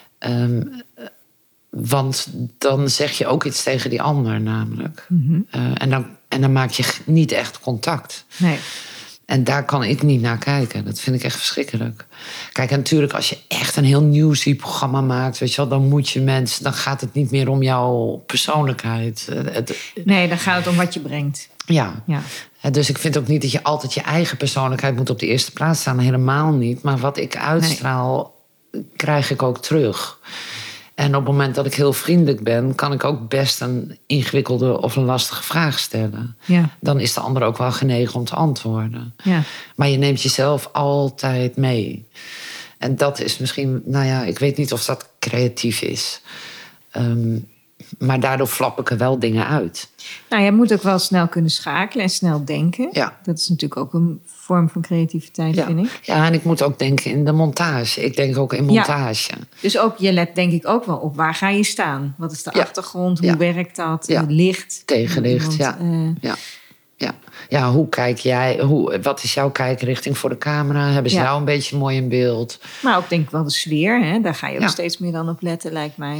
Want dan zeg je ook iets tegen die ander namelijk. Mm-hmm. En dan maak je niet echt contact. Nee. En daar kan ik niet naar kijken. Dat vind ik echt verschrikkelijk. Kijk, en natuurlijk als je echt een heel nieuwsprogramma maakt... weet je wel, dan moet je mensen... dan gaat het niet meer om jouw persoonlijkheid. Nee, dan gaat het om wat je brengt. Ja. Dus ik vind ook niet dat je altijd je eigen persoonlijkheid... moet op de eerste plaats staan. Helemaal niet. Maar wat ik uitstraal, krijg ik ook terug. En op het moment dat ik heel vriendelijk ben, kan ik ook best een ingewikkelde of een lastige vraag stellen. Ja. Dan is de ander ook wel genegen om te antwoorden. Ja. Maar je neemt jezelf altijd mee. En dat is misschien, nou ja, ik weet niet of dat creatief is. Maar daardoor flap ik er wel dingen uit. Nou, je moet ook wel snel kunnen schakelen en snel denken. Ja. Dat is natuurlijk ook een vorm van creativiteit, Ja. vind ik. Ja, en ik moet ook denken in de montage. Ik denk ook in montage. Dus ook, je let denk ik ook wel op, waar ga je staan? Wat is de achtergrond? Hoe werkt dat? Ja. Licht? Tegenlicht, Want, ja, hoe kijk jij? Wat is jouw kijkrichting voor de camera? Hebben ze jou een beetje mooi in beeld? Maar ook denk ik wel de sfeer. Hè? Daar ga je ook Ja. steeds meer dan op letten, lijkt mij.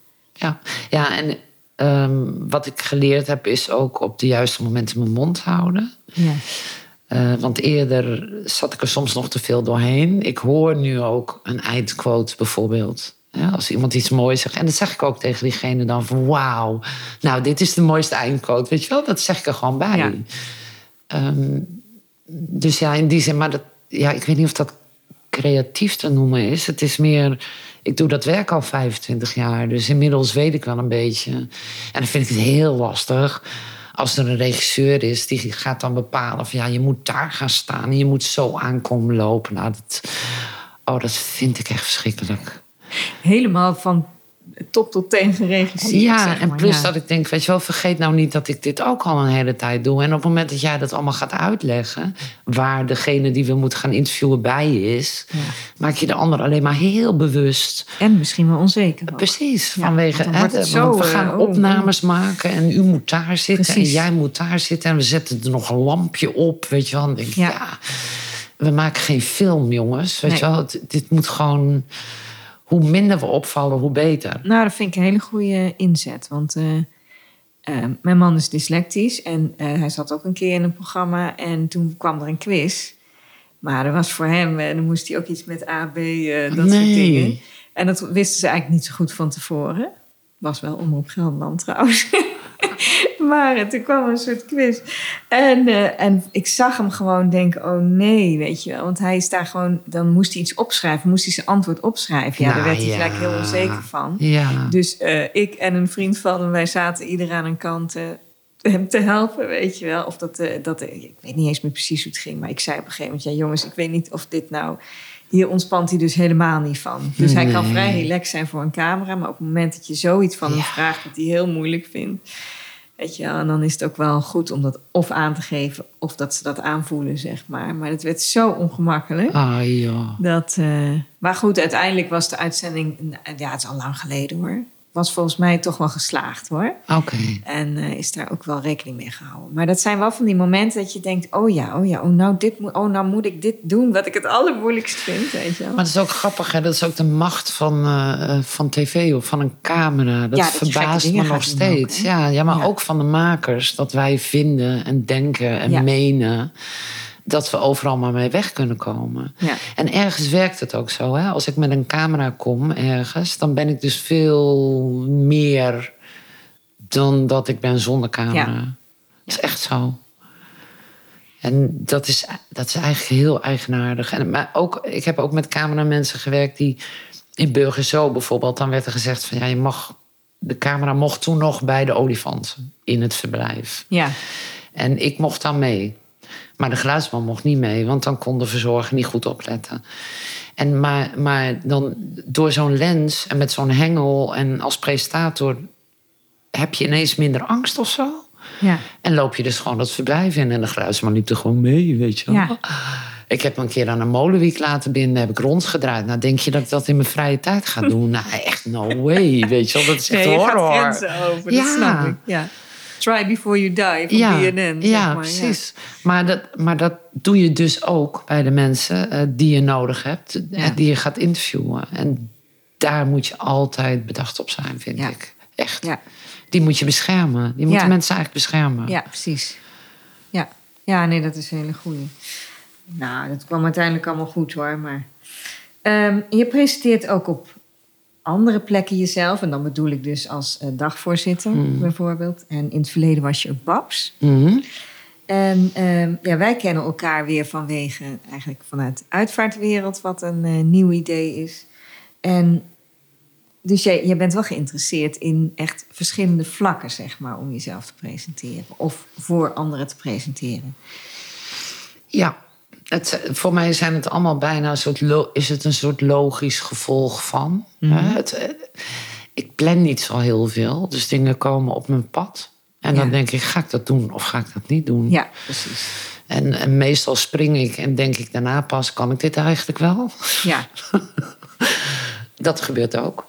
Ja, en wat ik geleerd heb is ook op de juiste momenten mijn mond houden. Ja. Want eerder zat ik er soms nog te veel doorheen. Ik hoor nu ook een eindquote bijvoorbeeld. Ja, als iemand iets moois zegt. En dat zeg ik ook tegen diegene dan van wauw. Nou, dit is de mooiste eindquote. Weet je wel, dat zeg ik er gewoon bij. Ja. Dus ja, in die zin. Maar ik weet niet of dat creatief te noemen is. Het is meer... Ik doe dat werk al 25 jaar. Dus inmiddels weet ik wel een beetje. En dan vind ik het heel lastig... Als er een regisseur is, die gaat dan bepalen... van ja, je moet daar gaan staan en je moet zo aankomen lopen. Nou, dat vind ik echt verschrikkelijk. Helemaal van top tot teen geregisseerd. Ja, zeg maar. en plus dat ik denk, weet je wel... vergeet nou niet dat ik dit ook al een hele tijd doe. En op het moment dat jij dat allemaal gaat uitleggen... waar degene die we moeten gaan interviewen bij is... maak je de ander alleen maar heel bewust... En misschien wel onzeker ook. Precies, Ja, vanwege... want dan wordt het zo, we gaan opnames maken en u moet daar zitten... Precies. en jij moet daar zitten... en we zetten er nog een lampje op, weet je wel. Dan denk ik, we maken geen film, jongens. Weet je wel, dit moet gewoon... Hoe minder we opvallen, hoe beter. Nou, dat vind ik een hele goede inzet. Want mijn man is dyslectisch. En hij zat ook een keer in een programma. En toen kwam er een quiz. Maar er was voor hem... dan moest hij ook iets met A, B, dat soort dingen. En dat wisten ze eigenlijk niet zo goed van tevoren. Was wel Omroep Gelderland trouwens. Maar toen kwam een soort quiz. En ik zag hem gewoon denken, oh nee, weet je wel. Want hij is daar gewoon, dan moest hij iets opschrijven. Moest hij zijn antwoord opschrijven. Ja, daar werd hij gelijk heel onzeker van. Ja. Dus ik en een vriend van hem, wij zaten ieder aan een kant hem te helpen, weet je wel. Of ik weet niet eens meer precies hoe het ging. Maar ik zei op een gegeven moment, ja jongens, ik weet niet of dit nou... Hier ontspant hij dus helemaal niet van. Dus hij kan vrij relaxed zijn voor een camera. Maar op het moment dat je zoiets van hem vraagt... dat hij heel moeilijk vindt... Weet je wel, en dan is het ook wel goed om dat of aan te geven... of dat ze dat aanvoelen, zeg maar. Maar het werd zo ongemakkelijk. Maar goed, uiteindelijk was de uitzending... Ja, het is al lang geleden, hoor. Was volgens mij toch wel geslaagd, hoor. Oké. En is daar ook wel rekening mee gehouden. Maar dat zijn wel van die momenten dat je denkt... nou moet ik dit doen wat ik het allermoeilijkst vind, weet je wel. Maar dat is ook grappig, hè? Dat is ook de macht van tv of van een camera. Dat verbaast me nog steeds. Ook, maar ook van de makers. Dat wij vinden en denken en menen... dat we overal maar mee weg kunnen komen. Ja. En ergens werkt het ook zo. Hè? Als ik met een camera kom ergens... dan ben ik dus veel meer dan dat ik ben zonder camera. Ja. Dat is echt zo. En dat is eigenlijk heel eigenaardig. Maar ik heb ook met cameramensen gewerkt... die in Burgerzo bijvoorbeeld... dan werd er gezegd van... ja, de camera mocht toen nog bij de olifanten in het verblijf. Ja. En ik mocht dan mee. Maar de geluidsman mocht niet mee, want dan kon de verzorger niet goed opletten. Maar dan door zo'n lens en met zo'n hengel en als presentator... heb je ineens minder angst of zo. Ja. En loop je dus gewoon dat verblijf in en de geluidsman liep er gewoon mee, weet je wel. Ja. Ik heb me een keer aan een molenwiek laten binden, heb ik rondgedraaid. Nou, denk je dat ik dat in mijn vrije tijd ga doen? Nou, echt no way, weet je wel. Dat is echt horror. Je gaat grenzen over, dat snap ik. Ja. Try before you die van BNN. Ja, zeg maar. Precies. Ja. Maar dat doe je dus ook bij de mensen die je nodig hebt. Die je gaat interviewen. En daar moet je altijd bedacht op zijn, vind ik. Echt. Ja. Die moet je beschermen. Die moeten mensen eigenlijk beschermen. Ja, precies. Ja, nee, dat is een hele goeie. Nou, dat kwam uiteindelijk allemaal goed, hoor. Maar je presenteert ook op andere plekken jezelf. En dan bedoel ik dus als dagvoorzitter, bijvoorbeeld. En in het verleden was je ook Babs. Mm-hmm. En wij kennen elkaar weer vanwege... eigenlijk vanuit de uitvaartwereld, wat een nieuw idee is. En Dus je bent wel geïnteresseerd in echt verschillende vlakken, zeg maar, om jezelf te presenteren. Of voor anderen te presenteren. Ja, voor mij zijn het allemaal bijna een soort logisch gevolg van. Ik plan niet zo heel veel, dus dingen komen op mijn pad. En dan denk ik, ga ik dat doen of ga ik dat niet doen? Ja, precies. En meestal spring ik en denk ik daarna pas, kan ik dit eigenlijk wel? Ja. Dat gebeurt ook.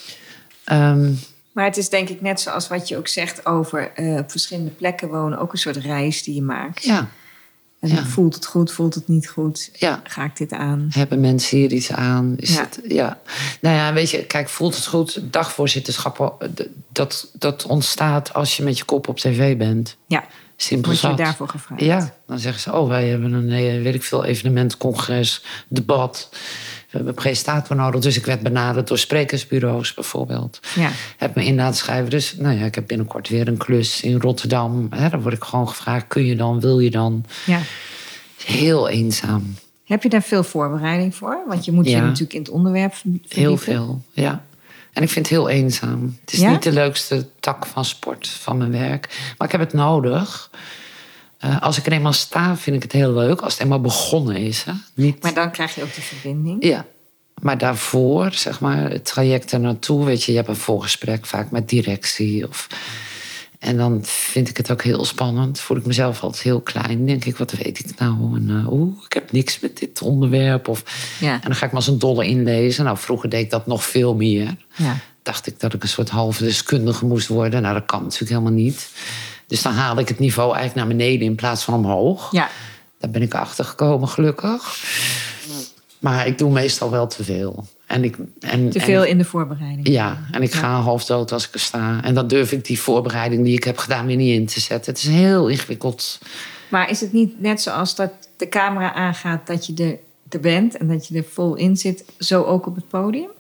Maar het is denk ik net zoals wat je ook zegt over op verschillende plekken wonen. Ook een soort reis die je maakt. Ja. En voelt het goed, voelt het niet goed? Ja. Ga ik dit aan? Hebben mensen hier iets aan? Nou ja, weet je, kijk, voelt het goed? Dagvoorzitterschap, dat ontstaat als je met je kop op tv bent. Ja. Simpel Word je zat. daarvoor gevraagd? Ja, dan zeggen ze, wij hebben een weet ik veel evenement, congres, debat. We hebben een presentator nodig, dus ik werd benaderd door sprekersbureaus bijvoorbeeld. Ja. Heb me in laten schrijven. Dus ik heb binnenkort weer een klus in Rotterdam. Dan word ik gewoon gevraagd, kun je dan, wil je dan? Ja. Heel eenzaam. Heb je daar veel voorbereiding voor? Want je moet je natuurlijk in het onderwerp verdiepen. Heel veel, ja. En ik vind het heel eenzaam. Het is niet de leukste tak van sport, van mijn werk. Maar ik heb het nodig. Als ik er eenmaal sta, vind ik het heel leuk. Als het eenmaal begonnen is. Hè? Niet... Maar dan krijg je ook de verbinding. Ja. Maar daarvoor, zeg maar, het traject er naartoe. Weet je hebt een voorgesprek vaak met directie. En dan vind ik het ook heel spannend. Voel ik mezelf altijd heel klein. Denk ik, wat weet ik nou? En ik heb niks met dit onderwerp. En dan ga ik me als een dolle inlezen. Nou, vroeger deed ik dat nog veel meer. Ja. Dacht ik dat ik een soort halve deskundige moest worden. Nou, dat kan natuurlijk helemaal niet. Dus dan haal ik het niveau eigenlijk naar beneden in plaats van omhoog. Ja. Daar ben ik achter gekomen, gelukkig. Maar ik doe meestal wel te veel. Te veel in de voorbereiding. Ja, en ik ga half dood als ik er sta. En dan durf ik die voorbereiding die ik heb gedaan weer niet in te zetten. Het is heel ingewikkeld. Maar is het niet net zoals dat de camera aangaat dat je er bent en dat je er vol in zit, zo ook op het podium?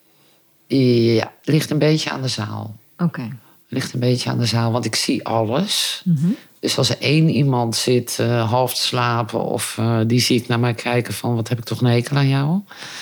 Ja, ligt een beetje aan de zaal. Oké. Ligt een beetje aan de zaal, want ik zie alles. Mm-hmm. Dus als er één iemand zit half te slapen of die zie ik naar mij kijken van wat heb ik toch een hekel aan jou?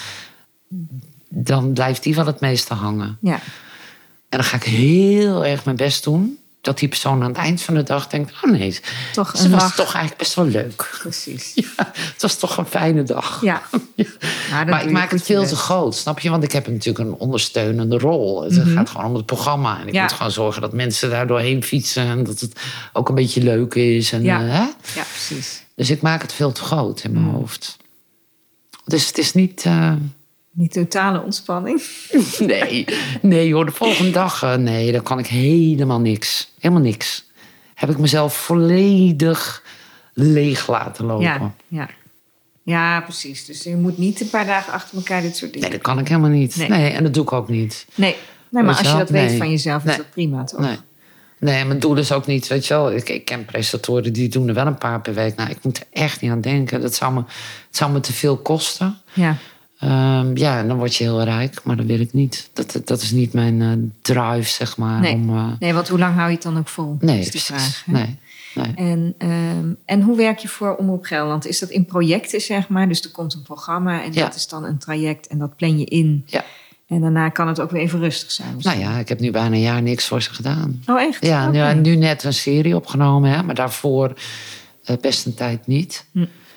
Dan blijft die wel het meeste hangen. Ja. En dan ga ik heel erg mijn best doen. Dat die persoon aan het eind van de dag denkt, oh nee, het was toch eigenlijk best wel leuk. Precies. Ja, het was toch een fijne dag. Ja. Maar ik maak het veel te groot, snap je? Want ik heb natuurlijk een ondersteunende rol. Het gaat gewoon om het programma. En ik moet gewoon zorgen dat mensen daar doorheen fietsen. En dat het ook een beetje leuk is. En, ja, precies. Dus ik maak het veel te groot in mijn hoofd. Dus het is niet... Niet totale ontspanning? Nee hoor, de volgende dag... nee, dan kan ik helemaal niks. Helemaal niks. Heb ik mezelf volledig leeg laten lopen. Ja, precies. Dus je moet niet een paar dagen achter elkaar dit soort dingen. Nee, dat kan ik helemaal niet. Nee, en dat doe ik ook niet. Nee, maar als je dat weet van jezelf, is dat prima, toch? Nee, mijn doel is ook niet, weet je wel... Ik ken presentatoren, die doen er wel een paar per week. Nou, ik moet er echt niet aan denken. Het zou me te veel kosten. Ja. En dan word je heel rijk, maar dat wil ik niet. Dat is niet mijn drive, zeg maar. Nee, want hoe lang hou je het dan ook vol? Nee, is de vraag. Nee. En hoe werk je voor Omroep Gelderland? Is dat in projecten, zeg maar? Dus er komt een programma en dat is dan een traject en dat plan je in. Ja. En daarna kan het ook weer even rustig zijn. Nou ja, ik heb nu bijna een jaar niks voor ze gedaan. Oh, echt? Ja, nu net een serie opgenomen, hè, maar daarvoor best een tijd niet.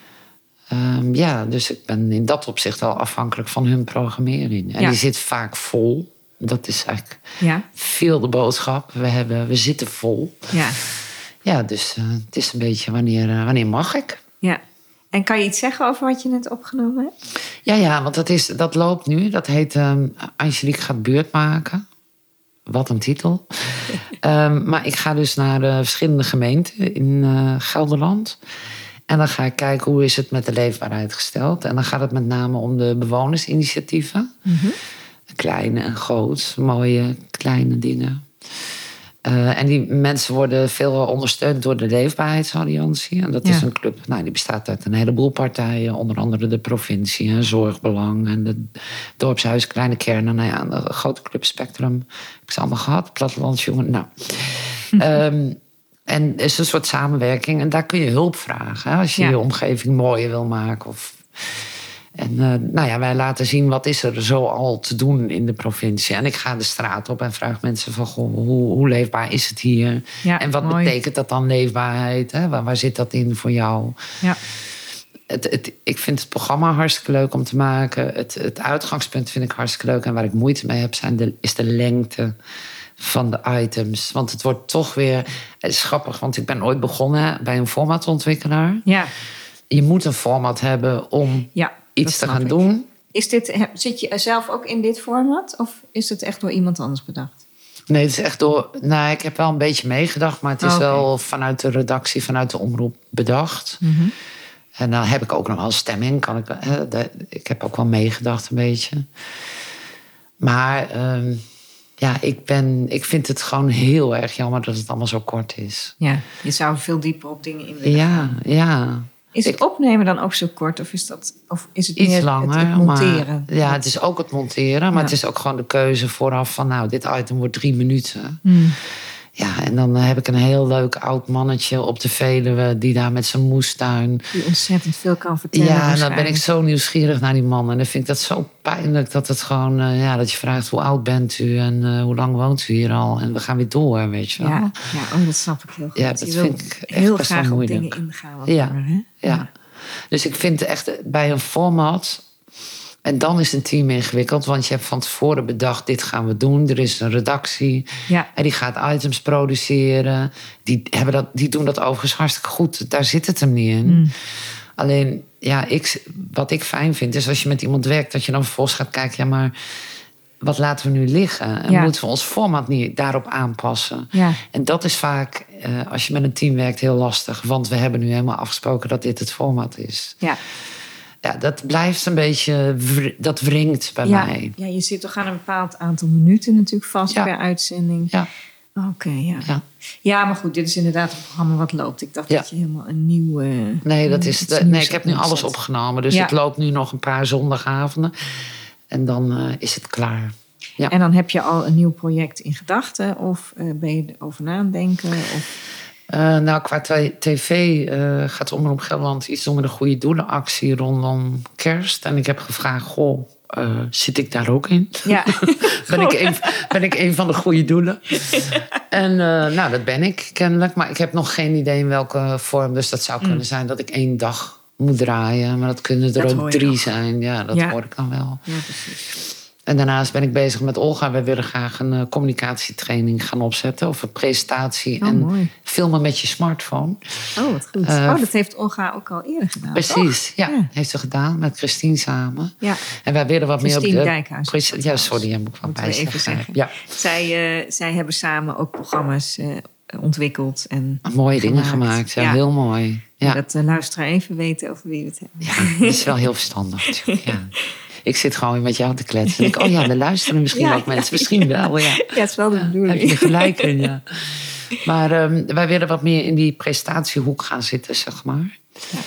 Dus ik ben in dat opzicht wel afhankelijk van hun programmering. En die zit vaak vol. Dat is eigenlijk veel de boodschap. We zitten vol. Ja, dus het is een beetje wanneer mag ik? Ja. En kan je iets zeggen over wat je net opgenomen hebt? Ja, want dat loopt nu. Dat heet Angelique gaat beurt maken. Wat een titel. Maar ik ga dus naar verschillende gemeenten in Gelderland. En dan ga ik kijken hoe is het met de leefbaarheid gesteld. En dan gaat het met name om de bewonersinitiatieven. Mm-hmm. Kleine en groot, mooie kleine dingen. En die mensen worden veel ondersteund door de Leefbaarheidsalliantie. En dat is een club, die bestaat uit een heleboel partijen. Onder andere de provincie en Zorgbelang en de dorpshuis, kleine kernen. Een grote club Spectrum. Ik ze allemaal gehad, plattelandsjongen. En het is een soort samenwerking. En daar kun je hulp vragen. Hè, als je je omgeving mooier wil maken. En nou ja, wij laten zien wat is er zo al te doen in de provincie. En ik ga de straat op en vraag mensen van... Goh, hoe leefbaar is het hier? Ja, en wat mooi. betekent dat dan leefbaarheid? Hè? Waar zit dat in voor jou? Ja. Ik vind het programma hartstikke leuk om te maken. Het uitgangspunt vind ik hartstikke leuk. En waar ik moeite mee heb is de lengte van de items. Want het wordt toch weer... Het is grappig, want ik ben ooit begonnen bij een formatontwikkelaar. Ja. Je moet een format hebben om iets te gaan doen. Zit je zelf ook in dit format? Of is het echt door iemand anders bedacht? Nee, het is echt door... Nou, ik heb wel een beetje meegedacht... maar het is wel vanuit de redactie, vanuit de omroep bedacht. Mm-hmm. En dan heb ik ook nog wel stemming. Ik heb ook wel meegedacht een beetje. Maar ik vind het gewoon heel erg jammer dat het allemaal zo kort is. Ja, je zou veel dieper op dingen in willen gaan. Ja. Is het opnemen dan ook zo kort? Of is het iets meer langer, het monteren? Maar, het is ook het monteren. Maar het is ook gewoon de keuze vooraf van... nou, dit item wordt 3 minuten. Ja, en dan heb ik een heel leuk oud mannetje op de Veluwe... die daar met zijn moestuin... Die ontzettend veel kan vertellen. Ja, en dan ben ik zo nieuwsgierig naar die man. En dan vind ik dat zo pijnlijk dat het gewoon... dat je vraagt, hoe oud bent u en hoe lang woont u hier al? En we gaan weer door, weet je wel. Ja, dat snap ik heel goed. Ja, dat je vind ik echt heel best wel graag op moeilijk. dingen ingaan. Hè? Ja. Dus ik vind echt bij een format... En dan is een team ingewikkeld, want je hebt van tevoren bedacht... dit gaan we doen, er is een redactie en die gaat items produceren. Die doen dat overigens hartstikke goed, daar zit het hem niet in. Alleen, wat ik fijn vind, is als je met iemand werkt... dat je dan vervolgens gaat kijken, ja, maar wat laten we nu liggen? En moeten we ons format niet daarop aanpassen? Ja. En dat is vaak, als je met een team werkt, heel lastig. Want we hebben nu helemaal afgesproken dat dit het format is. Ja, dat blijft een beetje... Dat wringt bij mij. Ja, je zit toch aan een bepaald aantal minuten natuurlijk vast per uitzending. Ja. Oké. Ja, maar goed, dit is inderdaad een programma wat loopt. Ik dacht dat je helemaal een nieuw... ik heb nu alles opgenomen. Dus het loopt nu nog een paar zondagavonden. En dan is het klaar. Ja. En dan heb je al een nieuw project in gedachten? Of ben je erover na aan denken? Qua tv gaat Omroep Gelderland iets doen met een goede doelenactie rondom kerst. En ik heb gevraagd, zit ik daar ook in? Ja. ben ik een van de goede doelen? En dat ben ik kennelijk. Maar ik heb nog geen idee in welke vorm. Dus dat zou kunnen zijn dat ik 1 dag moet draaien. Maar dat kunnen er ook 3 zijn. Ja, dat hoor ik dan wel. Ja, precies. En daarnaast ben ik bezig met Olga. We willen graag een communicatietraining gaan opzetten. Of een presentatie. Mooi. Filmen met je smartphone. Oh, wat goed. Dat heeft Olga ook al eerder gedaan. Precies, ja. Heeft ze gedaan met Christine samen. Ja. En wij willen wat Christine meer op Dijkhuis. Ja, sorry, daar moet ik wel bij zeggen. Ja. Zij hebben samen ook programma's ontwikkeld. En mooie dingen gemaakt. Ja, heel mooi. Ja. Dat de luisteraar even weten over wie we het hebben. Ja, dat is wel heel verstandig natuurlijk. Ja. Ik zit gewoon met jou te kletsen. En ik, er luisteren misschien ook mensen. Misschien wel, ja. Ja, het is wel de bedoeling. Heb je gelijk in, ja. Maar wij willen wat meer in die prestatiehoek gaan zitten, zeg maar. Ja.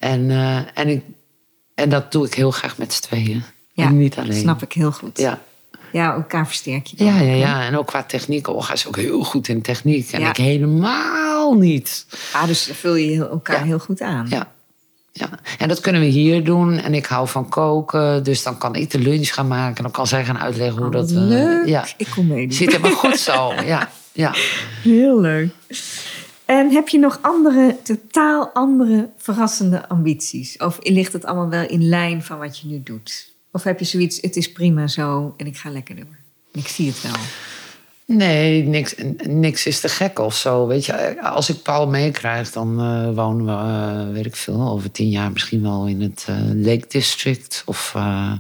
En dat doe ik heel graag met z'n tweeën. Ja, en niet alleen. Dat snap ik heel goed. Ja, elkaar versterk je dan. Ja. En ook qua techniek. Olga is ook heel goed in techniek. En ik helemaal niet. Dus dan vul je elkaar heel goed aan. Ja. En dat kunnen we hier doen. En ik hou van koken. Dus dan kan ik de lunch gaan maken. En dan kan zij gaan uitleggen hoe dat... leuk. Ik kom mee. Zit helemaal goed zo. Ja. Heel leuk. En heb je nog totaal andere verrassende ambities? Of ligt het allemaal wel in lijn van wat je nu doet? Of heb je zoiets, het is prima zo en ik ga lekker door? Ik zie het wel. Nee, niks is te gek of zo. Weet je, als ik Paul meekrijg, dan wonen we, weet ik veel, over 10 jaar misschien wel in het Lake District. Of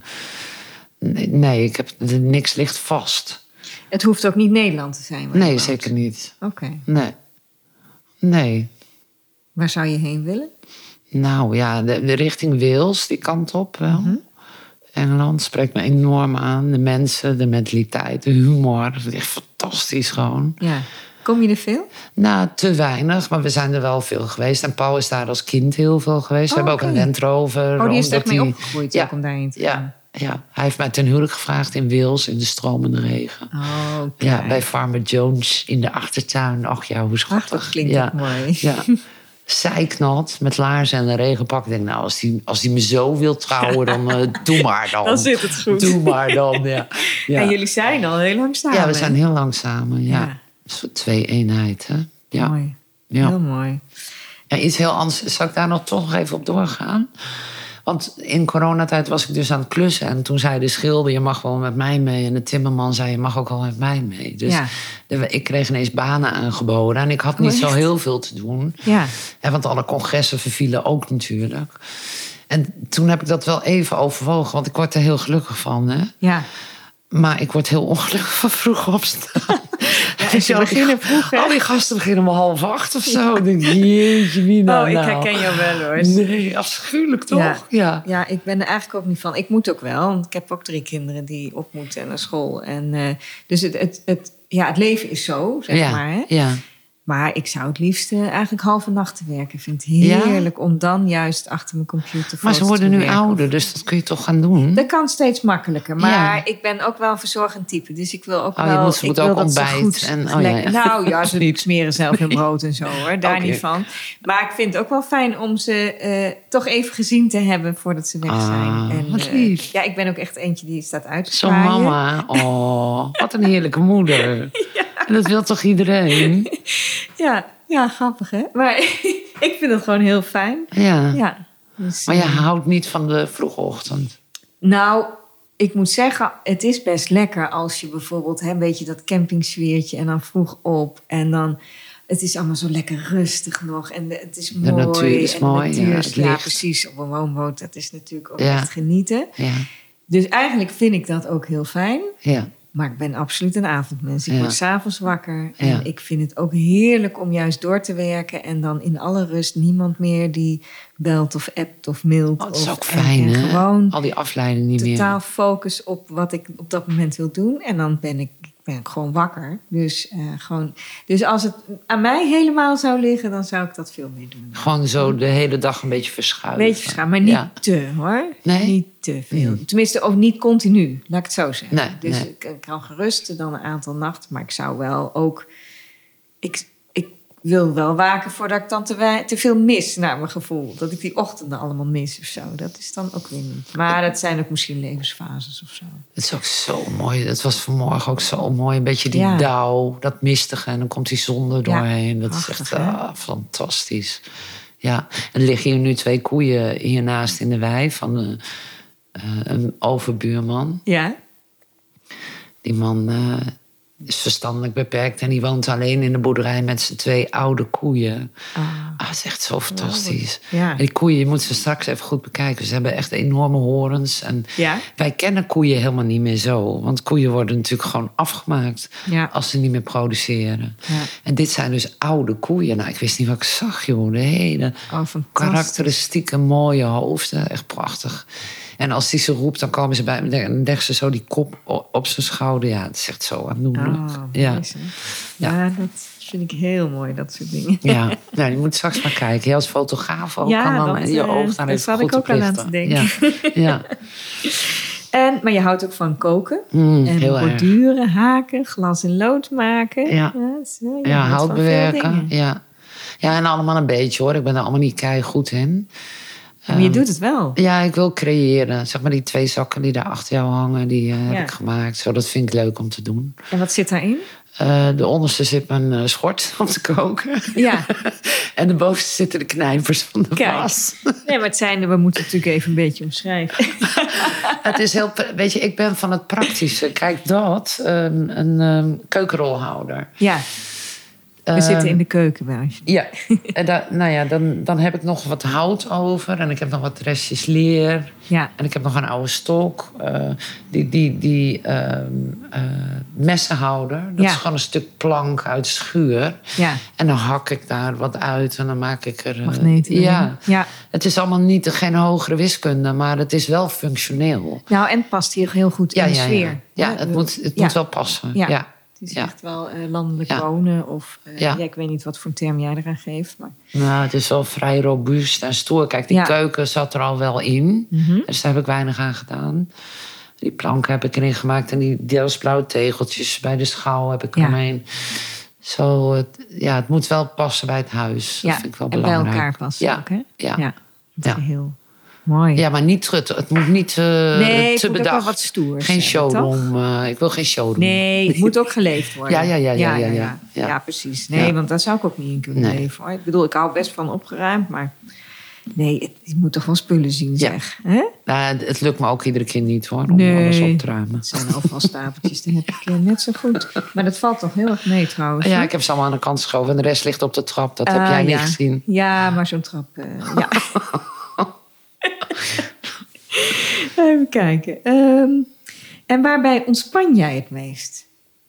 nee, niks ligt vast. Het hoeft ook niet Nederland te zijn? Nee, zeker niet. Oké. Nee. Waar zou je heen willen? Nou ja, de richting Wales, die kant op wel. Mm-hmm. Engeland spreekt me enorm aan. De mensen, de mentaliteit, de humor. Dat is echt fantastisch gewoon. Ja. Kom je er veel? Nou, te weinig, maar we zijn er wel veel geweest. En Paul is daar als kind heel veel geweest. We hebben ook een Land Rover. Die is er echt mee opgegroeid ook om daarheen te gaan. Ja, hij heeft mij ten huwelijk gevraagd in Wales in de stromende regen. Ja, bij Farmer Jones in de achtertuin. Ach ja, hoe schattig. Dat klinkt ook mooi. Ja, zeiknat met laarzen en een regenpak. Ik denk, nou, als die me zo wil trouwen, dan doe maar dan. Dan zit het goed. Doe maar dan, ja. En jullie zijn al heel lang samen. Ja, we zijn heel lang samen, ja. Ja. Een soort twee-eenheid, hè. Ja. Mooi. Ja. Heel mooi. Ja, iets heel anders. Zal ik daar nog toch nog even op doorgaan? Want in coronatijd was ik dus aan het klussen. En toen zei de schilder, je mag wel met mij mee. En de timmerman zei, je mag ook wel met mij mee. Dus ik kreeg ineens banen aangeboden. En ik had niet zo heel veel te doen. Ja. Want alle congressen vervielen ook natuurlijk. En toen heb ik dat wel even overwogen. Want ik word er heel gelukkig van, hè. Ja. Maar ik word heel ongelukkig van vroeg opstaan. En ze beginnen vroeg, hè? Al die gasten beginnen om 7:30 of zo. Ik denk, jeetje, wie nou? Ik herken jou wel, hoor. Nee, afschuwelijk toch? Ja, ik ben er eigenlijk ook niet van. Ik moet ook wel, want ik heb ook 3 kinderen die op moeten naar school. En, dus het leven is zo, zeg maar. Hè? Ja. Maar ik zou het liefst eigenlijk halve nachten werken. Ik vind het heerlijk om dan juist achter mijn computer Maar ze worden nu ouder, dus dat kun je toch gaan doen? Dat kan steeds makkelijker. Maar ik ben ook wel een verzorgend type. Dus ik wil ook wel... Je moet ook ontbijten. Nou ja, ze smeren zelf hun brood en zo, hoor. Daar niet van. Maar ik vind het ook wel fijn om ze toch even gezien te hebben voordat ze weg zijn. En, wat lief. Ja, ik ben ook echt eentje die staat uit te Zo'n zwaaien. mama. Oh, wat een heerlijke moeder. En dat wil toch iedereen? Ja, grappig, hè? Maar ik vind het gewoon heel fijn. Ja. Dus, maar je houdt niet van de vroege ochtend? Nou, ik moet zeggen, het is best lekker als je bijvoorbeeld... een beetje dat campingsfeertje en dan vroeg op. En dan, het is allemaal zo lekker rustig nog. En het is mooi. De natuur is mooi, ja, precies. Op een woonboot, dat is natuurlijk ook echt genieten. Ja. Dus eigenlijk vind ik dat ook heel fijn. Ja. Maar ik ben absoluut een avondmens. Ik word 's avonds wakker. En Ja. ik vind het ook heerlijk om juist door te werken. En dan in alle rust niemand meer die belt of appt of mailt. Dat is ook fijn, en hè? gewoon Al die afleiding niet meer. totaal focus op wat ik op dat moment wil doen. En dan ben ik gewoon wakker. Dus als het aan mij helemaal zou liggen, dan zou ik dat veel meer doen. Gewoon zo de hele dag een beetje verschuiven. Beetje verschuiven, maar niet te, hoor. Nee? Niet te veel. Tenminste, ook niet continu, laat ik het zo zeggen. Nee, dus ik kan gerust dan een aantal nachten, maar ik zou wel ook... Ik wil wel waken voordat ik dan te veel mis, naar mijn gevoel. Dat ik die ochtenden allemaal mis of zo. Dat is dan ook weer niet. Maar dat zijn ook misschien levensfases of zo. Het is ook zo mooi. Het was vanmorgen ook zo mooi. Een beetje die dauw, dat mistige. En dan komt die zon er doorheen. Dat prachtig, is echt fantastisch. Ja, en er liggen hier nu 2 koeien hiernaast in de wei van een overbuurman. Ja. Die man is verstandelijk beperkt en die woont alleen in de boerderij met zijn 2 oude koeien. Het is echt zo fantastisch. Ja. En die koeien, je moet ze straks even goed bekijken. Ze hebben echt enorme horens. En wij kennen koeien helemaal niet meer zo. Want koeien worden natuurlijk gewoon afgemaakt als ze niet meer produceren. Ja. En dit zijn dus oude koeien. Nou, ik wist niet wat ik zag, joh. De hele karakteristieke mooie hoofden. Echt prachtig. En als die ze roept, dan komen ze bij me en leggen ze zo die kop op zijn schouder. Ja, het is echt zo aandoenlijk. Ja, dat vind ik heel mooi, dat soort dingen. Ja, nou, je moet straks maar kijken. Je als fotograaf ook kan dan je oog daar even goed op richten. Daar zat ik ook aan te denken. Ja. Maar je houdt ook van koken. En borduren, haken, glas en lood maken. Ja, hout bewerken. Ja, en allemaal een beetje, hoor. Ik ben er allemaal niet keigoed in. Maar je doet het wel. Ja, ik wil creëren. Zeg maar die 2 zakken die daar achter jou hangen, die heb ik gemaakt. Zo, dat vind ik leuk om te doen. En wat zit daarin? De onderste zit mijn schort om te koken. Ja. En de bovenste zitten de knijpers van de was. Nee, maar we moeten het natuurlijk even een beetje omschrijven. Het is heel... Weet je, ik ben van het praktische. Kijk, dat, een keukenrolhouder. Ja. We zitten in de keukenbranche. Ja, en dan heb ik nog wat hout over. En ik heb nog wat restjes leer. Ja. En ik heb nog een oude stok. Die messenhouder. Dat is gewoon een stuk plank uit de schuur. Ja. En dan hak ik daar wat uit. En dan maak ik er... magneten. Ja. Het is allemaal geen hogere wiskunde. Maar het is wel functioneel. Nou, en het past hier heel goed in de sfeer. Ja, het moet wel passen. Ja. Het is echt wel landelijk wonen. Of ik weet niet wat voor term jij eraan geeft. Maar... Nou, het is wel vrij robuust en stoer. Kijk, die keuken zat er al wel in. Mm-hmm. Dus daar heb ik weinig aan gedaan. Die planken heb ik erin gemaakt. En die deels blauwe tegeltjes bij de schouw heb ik eromheen. Zo, het moet wel passen bij het huis. Dat vind ik wel en belangrijk. bij elkaar passen ook, hè? Ja. Het geheel. Mooi. Ja, maar niet het moet niet nee, het te moet ook bedacht. wel wat stoer Geen zijn, toch? showroom. Ik wil geen showroom. Nee, het moet ook geleefd worden. Ja. Ja, precies. Nee, want daar zou ik ook niet in kunnen leven. Hoor. Ik bedoel, ik hou best van opgeruimd, maar... Nee, je moet toch wel spullen zien, zeg. Hè? Nou, het lukt me ook iedere keer niet, hoor, om alles op te ruimen. Het zijn afvalstapeltjes, die heb ik net zo goed. Maar dat valt toch heel erg mee, trouwens. Ja, ik heb ze allemaal aan de kant geschoven en de rest ligt op de trap. Dat heb jij niet gezien. Ja, maar zo'n trap, ja. Even kijken. En waarbij ontspan jij het meest?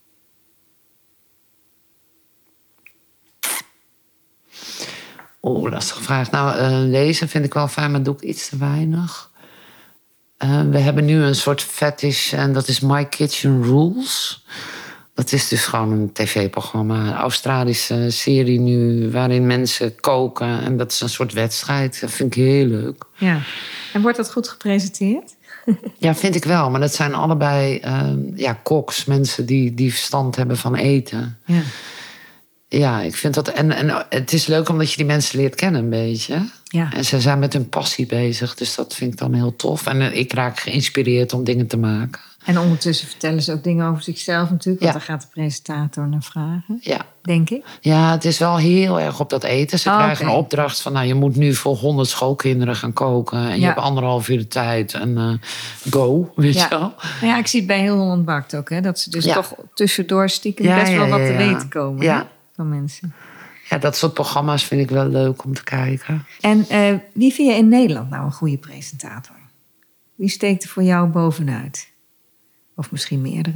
Lastige vraag. Nou, lezen vind ik wel fijn, maar doe ik iets te weinig. We hebben nu een soort fetish en dat is My Kitchen Rules. Dat is dus gewoon een tv-programma, een Australische serie nu... waarin mensen koken en dat is een soort wedstrijd. Dat vind ik heel leuk. Ja. En wordt dat goed gepresenteerd? Ja, vind ik wel. Maar dat zijn allebei koks, mensen die verstand hebben van eten. Ja. Ja, ik vind dat... En het is leuk omdat je die mensen leert kennen een beetje. Ja. En ze zijn met hun passie bezig, dus dat vind ik dan heel tof. En ik raak geïnspireerd om dingen te maken. En ondertussen vertellen ze ook dingen over zichzelf natuurlijk. Want daar gaat de presentator naar vragen, denk ik. Ja, het is wel heel erg op dat eten. Ze krijgen een opdracht van... je moet nu voor 100 schoolkinderen gaan koken. En je hebt 1,5 uur de tijd. En go, weet je wel. Ja, ik zie het bij Heel Holland Bakt ook. Hè, dat ze dus toch tussendoor stiekem best wel wat te weten komen. Ja. Hè, van mensen. Ja, dat soort programma's vind ik wel leuk om te kijken. En wie vind je in Nederland nou een goede presentator? Wie steekt er voor jou bovenuit? Of misschien meerdere?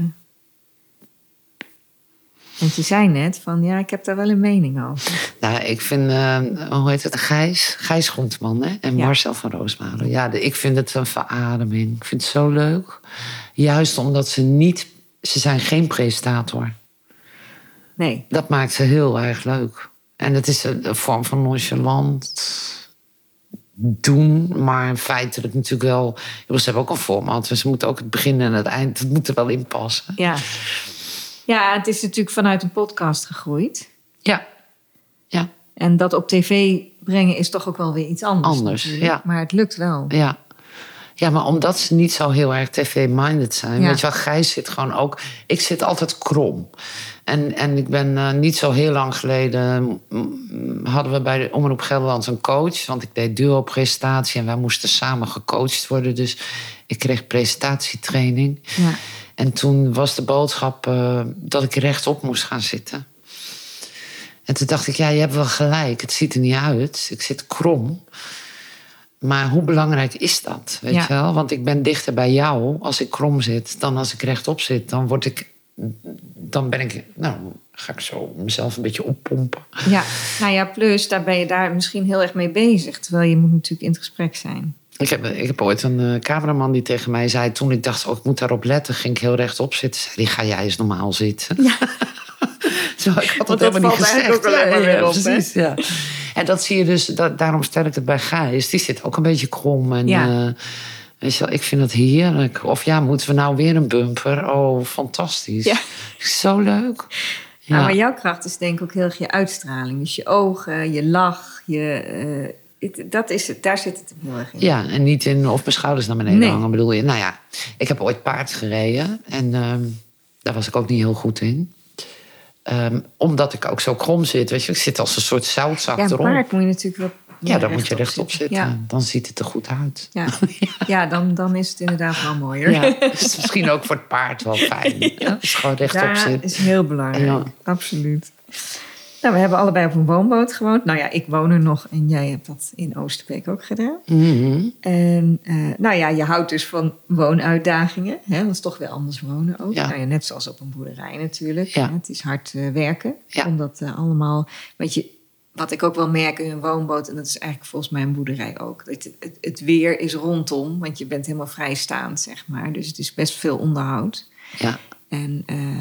Want je zei net van, ik heb daar wel een mening over. Nou, ik vind, hoe heet het, Gijs Groenteman, hè? En Marcel van Roosmalen. Ja, ik vind het een verademing. Ik vind het zo leuk. Juist omdat ze zijn geen presentator. Nee. Dat maakt ze heel erg leuk. En het is een vorm van nonchalant doen, maar feitelijk natuurlijk wel... Ze hebben ook een format, dus ze moeten ook het begin en het eind... het moet er wel in passen. Ja, het is natuurlijk vanuit een podcast gegroeid. Ja. En dat op tv brengen is toch ook wel weer iets anders. Ja. Maar het lukt wel. Ja, maar omdat ze niet zo heel erg tv-minded zijn... Weet je wel, Gijs zit gewoon ook... Ik zit altijd krom. En ik ben niet zo heel lang geleden... hadden we bij de Omroep Gelderland een coach... want ik deed duo-presentatie en wij moesten samen gecoacht worden. Dus ik kreeg presentatietraining. Ja. En toen was de boodschap dat ik rechtop moest gaan zitten. En toen dacht ik, je hebt wel gelijk. Het ziet er niet uit. Ik zit krom. Maar hoe belangrijk is dat, weet je wel? Want ik ben dichter bij jou als ik krom zit... dan als ik rechtop zit. Dan ga ik zo mezelf een beetje oppompen. Ja, plus daar ben je daar misschien heel erg mee bezig. Terwijl je moet natuurlijk in het gesprek zijn. Ik heb ooit een cameraman die tegen mij zei... toen ik dacht, ik moet daarop letten, ging ik heel rechtop zitten. Zei die, ga jij eens normaal zitten? Ja. Zo, ik had het helemaal niet gezegd. Ook alleen maar weer op, precies, ja. En dat zie je dus, daarom stel ik het bij Gijs. Die zit ook een beetje krom. En, weet je wel, ik vind het heerlijk. Of moeten we nou weer een bumper? Oh, fantastisch. Ja. Zo leuk. Ja. Maar jouw kracht is denk ik ook heel erg je uitstraling. Dus je ogen, je lach, daar zit het heel erg in. Ja, en niet in of mijn schouders naar beneden hangen. Bedoel je? Nou ja, ik heb ooit paard gereden. En daar was ik ook niet heel goed in. Omdat ik ook zo krom zit. Weet je, ik zit als een soort zoutzak erop. Ja, een paard moet je natuurlijk wel... Ja, dan moet je rechtop zitten. Ja. Dan ziet het er goed uit. Ja, dan is het inderdaad wel mooier. Ja, het is misschien ook voor het paard wel fijn. Ja. Dus gewoon rechtop zitten. Dat is heel belangrijk. Absoluut. Nou, we hebben allebei op een woonboot gewoond. Nou ja, ik woon er nog en jij hebt dat in Oosterbeek ook gedaan. Mm-hmm. En je houdt dus van woonuitdagingen. Hè? Dat is toch weer anders wonen ook. Ja. Net zoals op een boerderij natuurlijk. Ja. Het is hard werken. Ja. Om dat allemaal... Weet je, wat ik ook wel merk in een woonboot... en dat is eigenlijk volgens mij een boerderij ook... Het weer is rondom, want je bent helemaal vrijstaand, zeg maar. Dus het is best veel onderhoud. Ja. En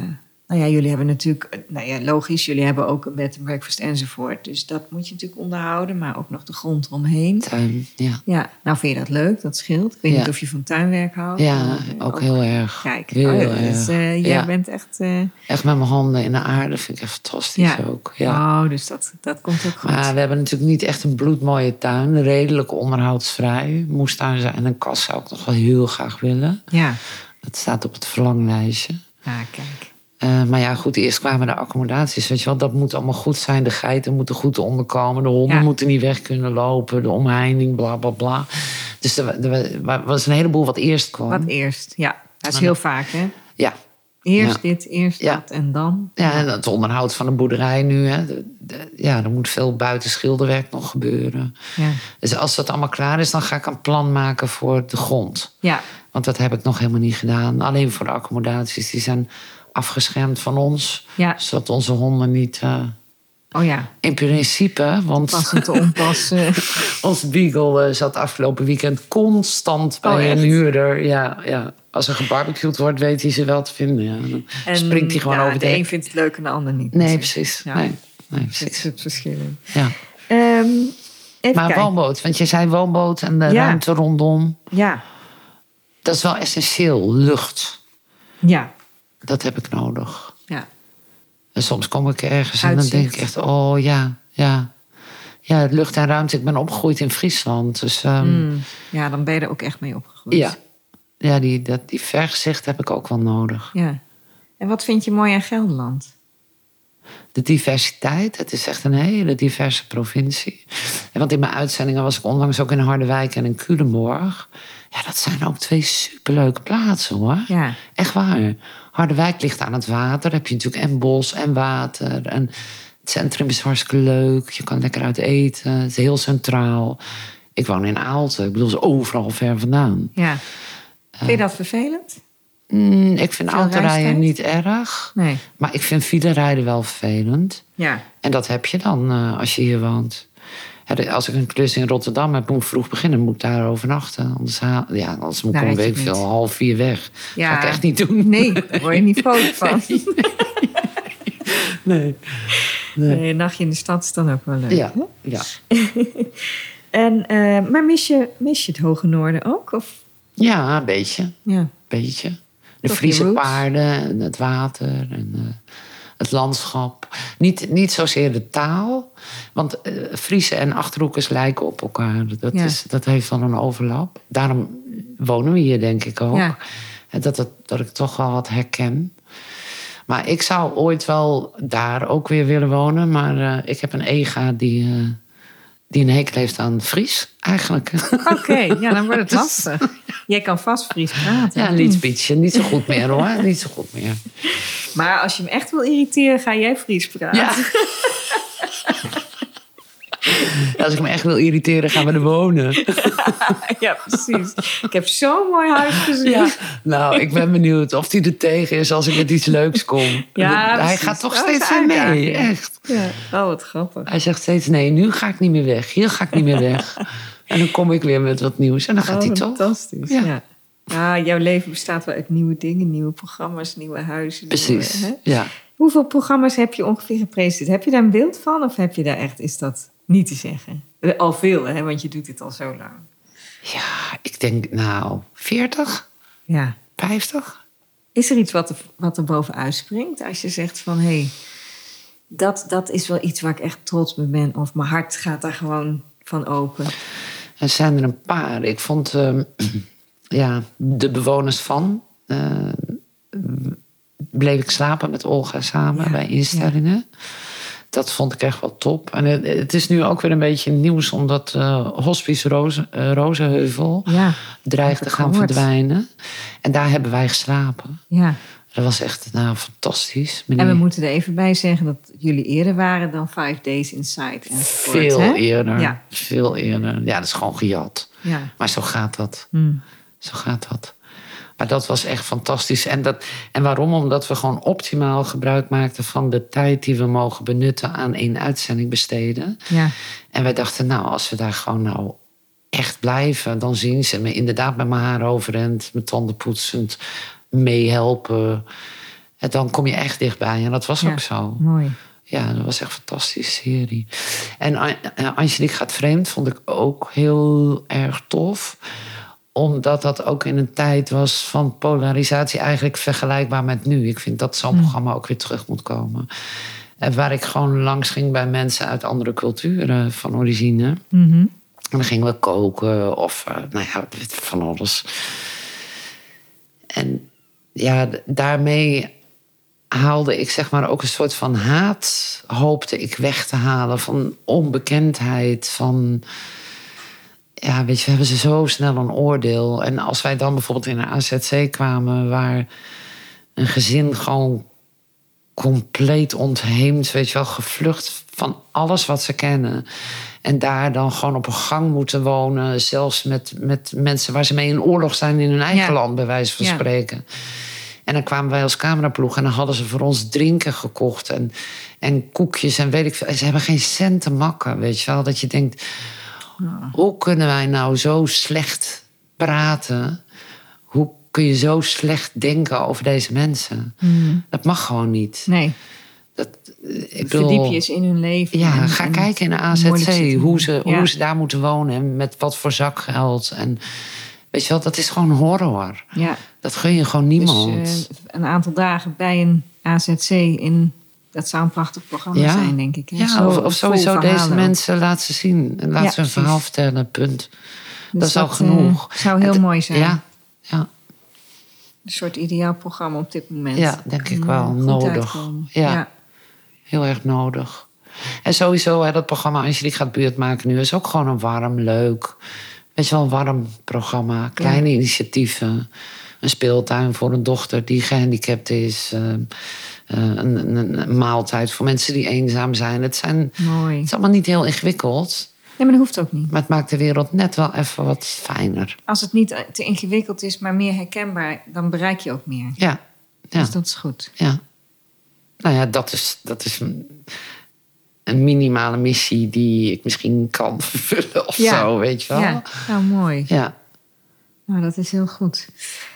Nou ja, jullie hebben natuurlijk, logisch, jullie hebben ook een bed en breakfast enzovoort. Dus dat moet je natuurlijk onderhouden, maar ook nog de grond eromheen. Tuin, ja. Ja, nou vind je dat leuk, dat scheelt. Ik weet niet of je van tuinwerk houdt. Ja, ook heel erg. Kijk, heel dus, jij bent echt... Echt met mijn handen in de aarde vind ik echt fantastisch ook. Ja. Oh, dus dat komt ook goed. Maar we hebben natuurlijk niet echt een bloedmooie tuin. Redelijk onderhoudsvrij. Moestuin zijn en een kast zou ik nog wel heel graag willen. Ja. Dat staat op het verlanglijstje. Ah, kijk. Maar ja, goed, eerst kwamen de accommodaties. Weet je wel, dat moet allemaal goed zijn. De geiten moeten goed onderkomen. De honden moeten niet weg kunnen lopen. De omheining, bla, bla, bla. Dus er was een heleboel wat eerst kwam. Wat eerst, ja. Dat is heel vaak, hè? Ja. Eerst dit, eerst dat en dan. Ja, en het onderhoud van de boerderij nu. Hè. Er moet veel buitenschilderwerk nog gebeuren. Ja. Dus als dat allemaal klaar is, dan ga ik een plan maken voor de grond. Ja. Want dat heb ik nog helemaal niet gedaan. Alleen voor de accommodaties. Die zijn afgeschermd van ons. Ja. Zodat onze honden niet... Oh ja. In principe, want... Passend te onpassen. Onze beagle zat afgelopen weekend constant bij een huurder. Ja. Als er gebarbecued wordt, weet hij ze wel te vinden. Ja. Dan springt hij gewoon over de een vindt het leuk en de ander niet. Nee, precies. Ja. Nee, precies. Dat is het verschil in. Ja. Even maar kijken. woonboot, want je zei woonboot en de ruimte rondom. Ja. Dat is wel essentieel. Lucht. Ja. Dat heb ik nodig. Ja. En soms kom ik ergens Uitzicht. en dan denk ik echt, oh ja. Ja, lucht en ruimte. Ik ben opgegroeid in Friesland. Dus, Ja, dan ben je er ook echt mee opgegroeid. Ja, die vergezicht heb ik ook wel nodig. Ja. En wat vind je mooi aan Gelderland? De diversiteit. Het is echt een hele diverse provincie. En want in mijn uitzendingen was ik onlangs ook in Harderwijk en in Culemborg. Ja, dat zijn ook 2 superleuke plaatsen, hoor. Ja. Echt waar. Harderwijk ligt aan het water. Heb je natuurlijk en bos en water. En het centrum is hartstikke leuk. Je kan lekker uit eten. Het is heel centraal. Ik woon in Aalten. Ik bedoel, ze overal ver vandaan. Ja. Vind je dat vervelend? Ik vind Veel autorijden reistijd? niet erg. Nee. Maar ik vind filerijden wel vervelend. Ja. En dat heb je dan als je hier woont. Als ik een klus in Rotterdam heb, moet ik vroeg beginnen. Moet ik daar overnachten. Anders moet ik om weet ik veel 3:30 weg. Ja. Dat ga ik echt niet doen. Nee, daar word je niet vrolijk van. Nee. Een nachtje in de stad is dan ook wel leuk. Ja. Hè? Ja. Maar mis je het Hoge Noorden ook? Of? Ja, een beetje. Ja. Beetje. De Toch je Friese roots? paarden en het water en het landschap. Niet zozeer de taal. Want Friese en Achterhoekers lijken op elkaar. Dat heeft wel een overlap. Daarom wonen we hier, denk ik ook. Ja. En dat ik toch wel wat herken. Maar ik zou ooit wel daar ook weer willen wonen. Maar ik heb een ega die een hekel heeft aan Fries, eigenlijk. Oké, ja, dan wordt het lastig. Jij kan vast Fries praten. Ja, een beetje. Niet zo goed meer, hoor. Niet zo goed meer. Maar als je hem echt wil irriteren, ga jij Fries praten. Ja. Als ik me echt wil irriteren, gaan we er wonen. Ja, precies. Ik heb zo'n mooi huis gezien. Ja. Nou, ik ben benieuwd of hij er tegen is als ik met iets leuks kom. Ja, Hij precies. gaat toch Dat steeds is weer mee, uitdaging. echt. Ja. Oh, wat grappig. Hij zegt steeds, nee, nu ga ik niet meer weg. Hier ga ik niet meer weg. En dan kom ik weer met wat nieuws. En dan gaat hij toch. Fantastisch. Ja. Ja. Ja, jouw leven bestaat wel uit nieuwe dingen, nieuwe programma's, nieuwe huizen. Precies, nieuwe, ja. Hoeveel programma's heb je ongeveer gepresenteerd? Heb je daar een beeld van of heb je daar echt, is dat niet te zeggen? Al veel, hè? Want je doet dit al zo lang. Ja, ik denk, 40, Ja. 50. Is er iets wat er bovenuit springt? Als je zegt van, hé, dat is wel iets waar ik echt trots op ben. Of mijn hart gaat daar gewoon van open. Er zijn er een paar. Ik vond de bewoners van... bleef ik slapen met Olga samen bij instellingen. Ja. Dat vond ik echt wel top. En het is nu ook weer een beetje nieuws... omdat Hospice Rozenheuvel dreigt te gaan verdwijnen. En daar hebben wij geslapen. Ja. Dat was echt fantastisch. En we moeten er even bij zeggen dat jullie eerder waren dan 5 Days Inside. Veel eerder. Ja. Veel eerder. Ja, dat is gewoon gejat. Ja. Maar zo gaat dat. Zo gaat dat. Maar dat was echt fantastisch. En waarom? Omdat we gewoon optimaal gebruik maakten van de tijd die we mogen benutten aan 1 uitzending besteden. Ja. En wij dachten, als we daar gewoon echt blijven, dan zien ze me inderdaad met mijn haar overend, mijn tanden poetsend, meehelpen. En dan kom je echt dichtbij. En dat was ook zo. Mooi. Ja, dat was echt een fantastische serie. En Angelique gaat vreemd vond ik ook heel erg tof. Omdat dat ook in een tijd was van polarisatie... eigenlijk vergelijkbaar met nu. Ik vind dat zo'n programma ook weer terug moet komen. En waar ik gewoon langs ging bij mensen uit andere culturen van origine. Mhm. En dan gingen we koken of van alles. En ja, daarmee haalde ik zeg maar ook een soort van haat... hoopte ik weg te halen van onbekendheid, van... Ja, weet je, we hebben ze zo snel een oordeel. En als wij dan bijvoorbeeld in een AZC kwamen... waar een gezin gewoon compleet ontheemd... weet je wel, gevlucht van alles wat ze kennen... en daar dan gewoon op een gang moeten wonen... zelfs met mensen waar ze mee in oorlog zijn... in hun eigen land, bij wijze van spreken... En dan kwamen wij als cameraploeg en dan hadden ze voor ons drinken gekocht en koekjes en weet ik veel. En ze hebben geen cent te makken, weet je wel. Dat je denkt, hoe kunnen wij nou zo slecht praten? Hoe kun je zo slecht denken over deze mensen? Dat mag gewoon niet. Nee. Verdiep je eens in hun leven. Ja, ga kijken in de AZC hoe ze daar moeten wonen en met wat voor zakgeld. En weet je wel, dat is gewoon horror. Ja. Dat gun je gewoon niemand. Dus een aantal dagen bij een AZC dat zou een prachtig programma zijn, denk ik. Hè? Ja, of sowieso deze mensen laten ze zien. En laten ze een verhaal vertellen, punt. Dus dat is al genoeg. Zou heel mooi zijn. Ja. Een soort ideaal programma op dit moment. Ja, denk ik wel. Nodig. Ja. Heel erg nodig. En sowieso, dat programma Angelique gaat buurt maken nu... is ook gewoon een warm, leuk... Weet je wel, een warm programma. Kleine initiatieven. Een speeltuin voor een dochter die gehandicapt is. Een maaltijd voor mensen die eenzaam zijn. Het is allemaal niet heel ingewikkeld. Nee, maar dat hoeft ook niet. Maar het maakt de wereld net wel even wat fijner. Als het niet te ingewikkeld is, maar meer herkenbaar... dan bereik je ook meer. Ja. Dus dat is goed. Ja. Nou ja, dat is een minimale missie die ik misschien kan vervullen of zo, weet je wel. Ja, nou mooi. Ja. Nou, dat is heel goed.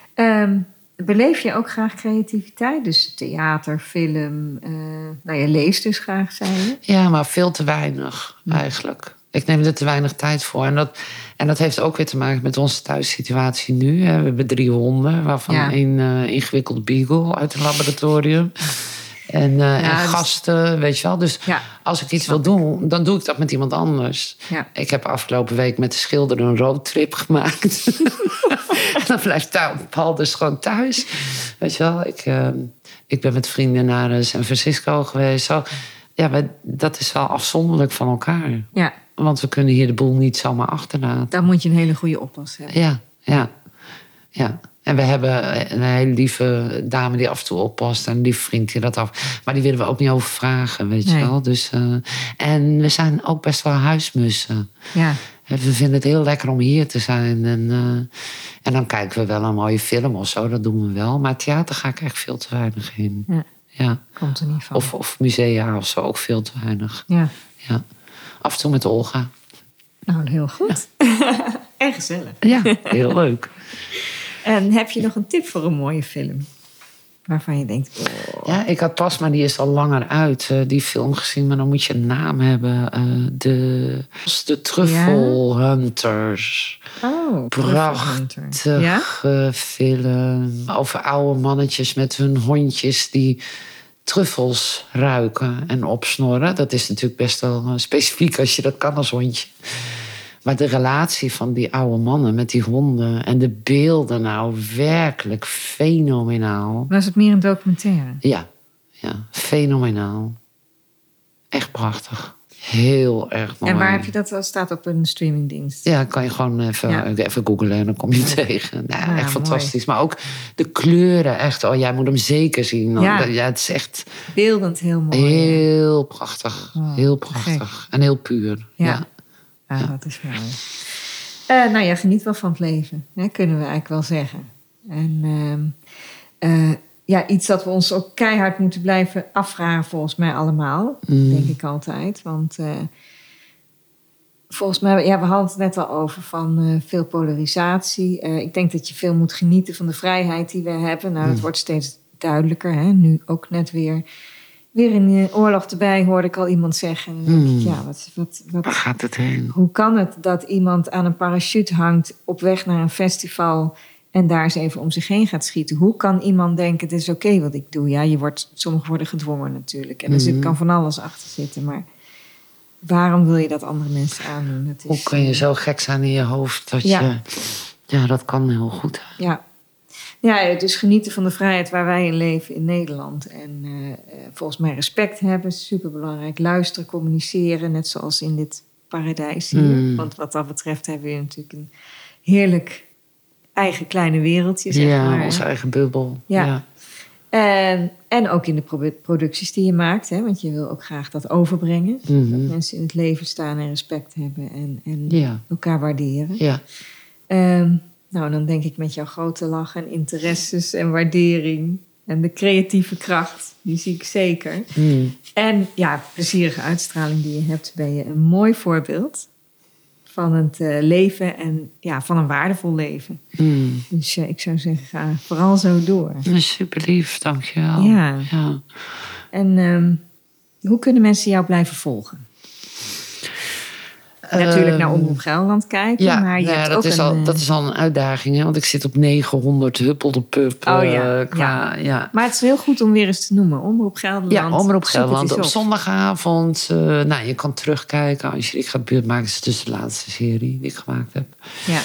Beleef je ook graag creativiteit? Dus theater, film, je leest dus graag, zei je? Ja, maar veel te weinig eigenlijk. Ik neem er te weinig tijd voor. En dat heeft ook weer te maken met onze thuissituatie nu. We hebben 3 honden, waarvan een ingewikkeld beagle uit het laboratorium... En gasten, weet je wel. Dus als ik iets wil doen, dan doe ik dat met iemand anders. Ja. Ik heb afgelopen week met de schilder een roadtrip gemaakt. En dan blijft Paul dus gewoon thuis. Weet je wel, ik ben met vrienden naar San Francisco geweest. Zo. Ja, dat is wel afzonderlijk van elkaar. Ja. Want we kunnen hier de boel niet zomaar achterlaten. Dan moet je een hele goede oppas hebben. Ja. En we hebben een hele lieve dame die af en toe oppast. En een lieve vriend die dat af. Maar die willen we ook niet over vragen, weet je wel. Dus, en we zijn ook best wel huismussen. Ja. We vinden het heel lekker om hier te zijn. En dan kijken we wel een mooie film of zo. Dat doen we wel. Maar theater ga ik echt veel te weinig in. Ja. Komt er niet van. Of musea of zo, ook veel te weinig. Ja. Af en toe met Olga. Nou, heel goed. En gezellig. Ja, heel leuk. En heb je nog een tip voor een mooie film? Waarvan je denkt... Ja, ik had pas, maar die is al langer uit, die film gezien. Maar dan moet je een naam hebben. De Truffle Hunters. Oh, prachtige film. Over oude mannetjes met hun hondjes die truffels ruiken en opsnorren. Dat is natuurlijk best wel specifiek als je dat kan als hondje. Maar de relatie van die oude mannen met die honden... en de beelden nou werkelijk fenomenaal. Was het meer een documentaire? Ja, fenomenaal. Echt prachtig. Heel erg mooi. En waar heb je dat? Staat op een streamingdienst? Ja, kan je gewoon even googlen en dan kom je tegen. Nou, echt fantastisch. Mooi. Maar ook de kleuren, echt. Oh, jij moet hem zeker zien. Ja, het is echt... Beeldend heel mooi. Heel prachtig. Heel prachtig. Gek. En heel puur. Ja, dat is mooi. Geniet wel van het leven. Hè, kunnen we eigenlijk wel zeggen. En iets dat we ons ook keihard moeten blijven afvragen, volgens mij allemaal. Denk ik altijd. Want volgens mij, we hadden het net al over van veel polarisatie. Ik denk dat je veel moet genieten van de vrijheid die we hebben. Nou, dat wordt steeds duidelijker. Hè? Nu ook net weer in de oorlog erbij, hoorde ik al iemand zeggen. En dan denk ik, ja, Waar gaat het heen? hoe kan het dat iemand aan een parachute hangt op weg naar een festival en daar eens even om zich heen gaat schieten? Hoe kan iemand denken, het is oké wat ik doe? Ja, sommigen worden gedwongen natuurlijk. En er kan van alles achter zitten. Maar waarom wil je dat andere mensen aandoen? Dat is, hoe kun je zo gek zijn in je hoofd dat je... Ja, dat kan heel goed. Ja, dus genieten van de vrijheid waar wij in leven in Nederland. En volgens mij respect hebben, superbelangrijk. Luisteren, communiceren, net zoals in dit paradijs hier. Want wat dat betreft hebben we natuurlijk een heerlijk eigen kleine wereldje, zeg maar. Ja, onze eigen bubbel. Ja. En ook in de producties die je maakt. Hè, want je wil ook graag dat overbrengen. Dat mensen in het leven staan en respect hebben. En elkaar waarderen. Ja. Nou, dan denk ik met jouw grote lach en interesses en waardering. En de creatieve kracht, die zie ik zeker. En ja, plezierige uitstraling die je hebt, ben je een mooi voorbeeld van het leven en van een waardevol leven. Dus ik zou zeggen, ga vooral zo door. Super lief, dankjewel. Ja. En hoe kunnen mensen jou blijven volgen? Natuurlijk naar Omroep Gelderland kijken. Ja, maar je hebt ook dat is al een uitdaging. Hè? Want ik zit op 900 huppelde pup. Maar het is heel goed om weer eens te noemen. Omroep Gelderland. Ja, Omroep Gelderland. Op zondagavond. Je kan terugkijken. Angelique gaat buurt maken. Het is dus de laatste serie die ik gemaakt heb. Ja.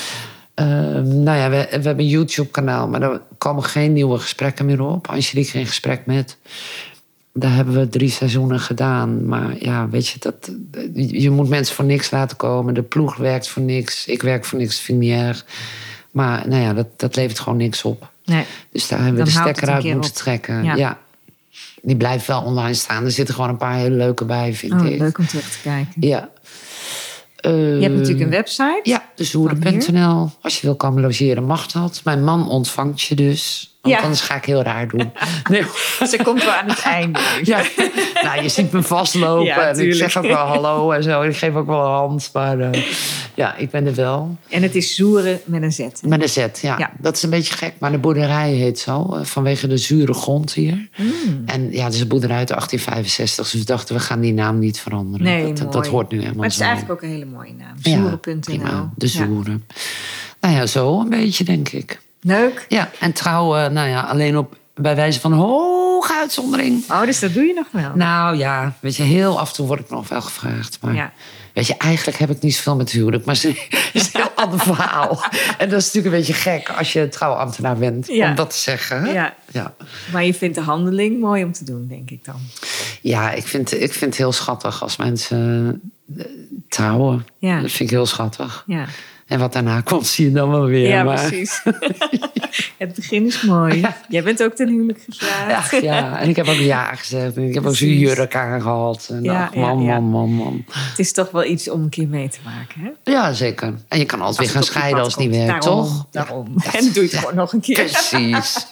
We hebben een YouTube-kanaal. Maar daar komen geen nieuwe gesprekken meer op. Angelique in gesprek met... Daar hebben we 3 seizoenen gedaan. Maar ja, weet je, je moet mensen voor niks laten komen. De ploeg werkt voor niks. Ik werk voor niks, dat vind ik niet erg. Maar dat levert gewoon niks op. Nee. Dus daar hebben we de stekker uit moeten trekken. Ja. Die blijft wel online staan. Er zitten gewoon een paar hele leuke bij, vind ik. Leuk om terug te kijken. Ja. Je hebt natuurlijk een website. Ja, dezoeren.nl. Als je wil komen logeren, mag dat. Mijn man ontvangt je dus. Want anders ga ik heel raar doen. Nee. Ze komt wel aan het einde. Ja. Je ziet me vastlopen. En ik zeg ook wel hallo en zo. Ik geef ook wel een hand. Maar ik ben er wel. En het is Zoeren met een Z. Hè? Met een Z, ja. Dat is een beetje gek. Maar de boerderij heet zo. Vanwege de zure grond hier. En het is een boerderij uit 1865. Dus we dachten, we gaan die naam niet veranderen. Nee, dat hoort nu helemaal. Maar het is eigenlijk ook een hele mooie naam. Zoeren.nl. De Zoeren. Zo een beetje, denk ik. Leuk. Ja, en trouwen, alleen bij wijze van hoge uitzondering. Oh, dus dat doe je nog wel? Nou ja, weet je, heel af en toe word ik nog wel gevraagd. Maar weet je, eigenlijk heb ik niet zoveel met huwelijk. Maar het is een heel ander verhaal. En dat is natuurlijk een beetje gek als je trouwambtenaar bent. Om dat te zeggen. Ja. Maar je vindt de handeling mooi om te doen, denk ik dan. Ja, ik vind het heel schattig als mensen trouwen. Ja. Dat vind ik heel schattig. Ja. En wat daarna komt, zie je dan wel weer. Ja, precies. Het begin is mooi. Ja. Jij bent ook ten huwelijk gevraagd. Ja, en ik heb ook ja gezegd. En ik heb ook zo'n jurk aangehad. En man. Het is toch wel iets om een keer mee te maken, hè? Ja, zeker. En je kan altijd weer gaan scheiden als het niet werkt, toch? Daarom. En doe je het gewoon nog een keer. Precies.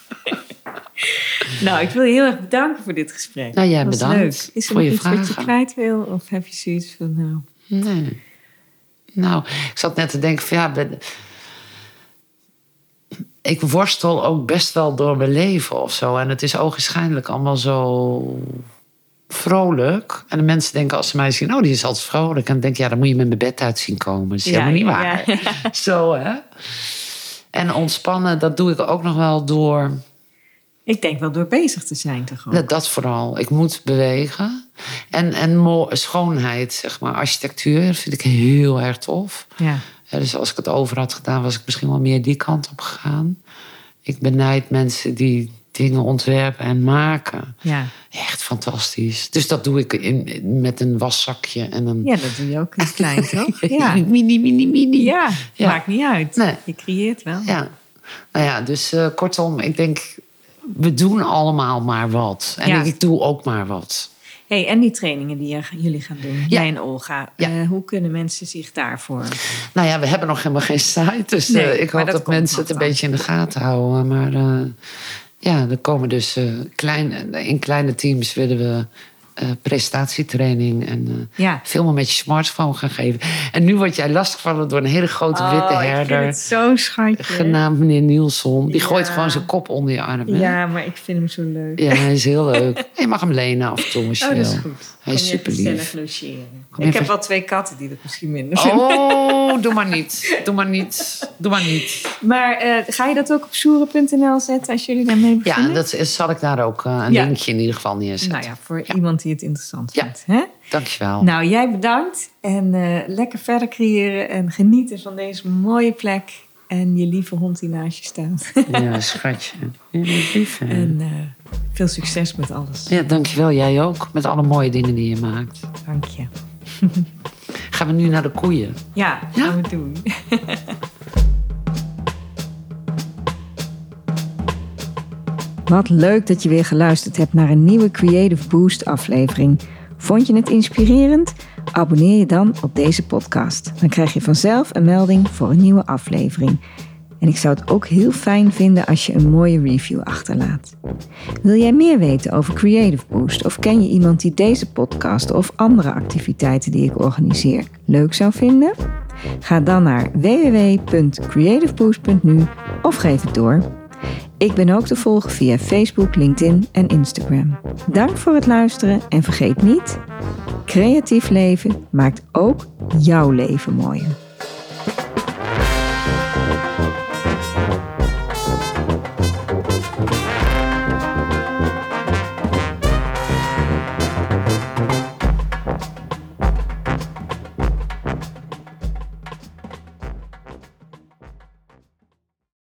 Nou, ik wil je heel erg bedanken voor dit gesprek. Nou, jij bedankt. Leuk. Is er nog iets wat je kwijt wil? Of heb je zoiets van, Nee. Nou, ik zat net te denken van ik worstel ook best wel door mijn leven of zo. En het is ogenschijnlijk allemaal zo vrolijk. En de mensen denken als ze mij zien, die is altijd vrolijk. En dan denk ik, dan moet je met mijn bed uit zien komen. Dat is helemaal niet waar. Ja. Zo, hè? En ontspannen, dat doe ik ook nog wel door... Ik denk wel door bezig te zijn toch ook. Dat vooral. Ik moet bewegen. En schoonheid, zeg maar. Architectuur vind ik heel erg tof. Ja. Dus als ik het over had gedaan, was ik misschien wel meer die kant op gegaan. Ik benijd mensen die dingen ontwerpen en maken. Ja. Echt fantastisch. Dus dat doe ik met een waszakje. En een... Ja, dat doe je ook in het klein, toch? Ja. Mini. Ja, maakt niet uit. Nee. Je creëert wel. Ja. Nou ja, dus kortom, ik denk... We doen allemaal maar wat. En ik doe ook maar wat. Hey, en die trainingen die jullie gaan doen, jij en Olga. Hoe kunnen mensen zich daarvoor... Nou ja, we hebben nog helemaal geen site. Dus ik hoop dat mensen het een beetje in de gaten houden. Maar er komen dus in kleine teams willen we presentatietraining. En veel meer met je smartphone gaan geven. En nu word jij lastiggevallen door een hele grote witte herder. Ik vind het zo schatje. Genaamd meneer Nielsen. Die gooit gewoon zijn kop onder je arm. Hè? Ja, maar ik vind hem zo leuk. Ja, hij is heel leuk. Je mag hem lenen af en toe als je wil. Dat is goed. Hij is super lief. Ik heb wel 2 katten die dat misschien minder vinden. Oh, doe maar niet. Maar ga je dat ook op soeren.nl zetten als jullie daarmee beginnen? Ja, dat zal ik daar ook een linkje in ieder geval neerzetten. Nou ja, voor iemand die het interessant vindt. Hè? Dankjewel. Nou, jij bedankt. En lekker verder creëren en genieten van deze mooie plek. En je lieve hond die naast je staat. Ja, schatje. Ja, lief, hè? En veel succes met alles. Ja, dankjewel. Jij ook. Met alle mooie dingen die je maakt. Dank je. Gaan we nu naar de koeien? Ja, gaan we doen. Wat leuk dat je weer geluisterd hebt naar een nieuwe Creative Boost aflevering. Vond je het inspirerend? Abonneer je dan op deze podcast. Dan krijg je vanzelf een melding voor een nieuwe aflevering. En ik zou het ook heel fijn vinden als je een mooie review achterlaat. Wil jij meer weten over Creative Boost? Of ken je iemand die deze podcast of andere activiteiten die ik organiseer leuk zou vinden? Ga dan naar www.creativeboost.nu of geef het door. Ik ben ook te volgen via Facebook, LinkedIn en Instagram. Dank voor het luisteren en vergeet niet, creatief leven maakt ook jouw leven mooier.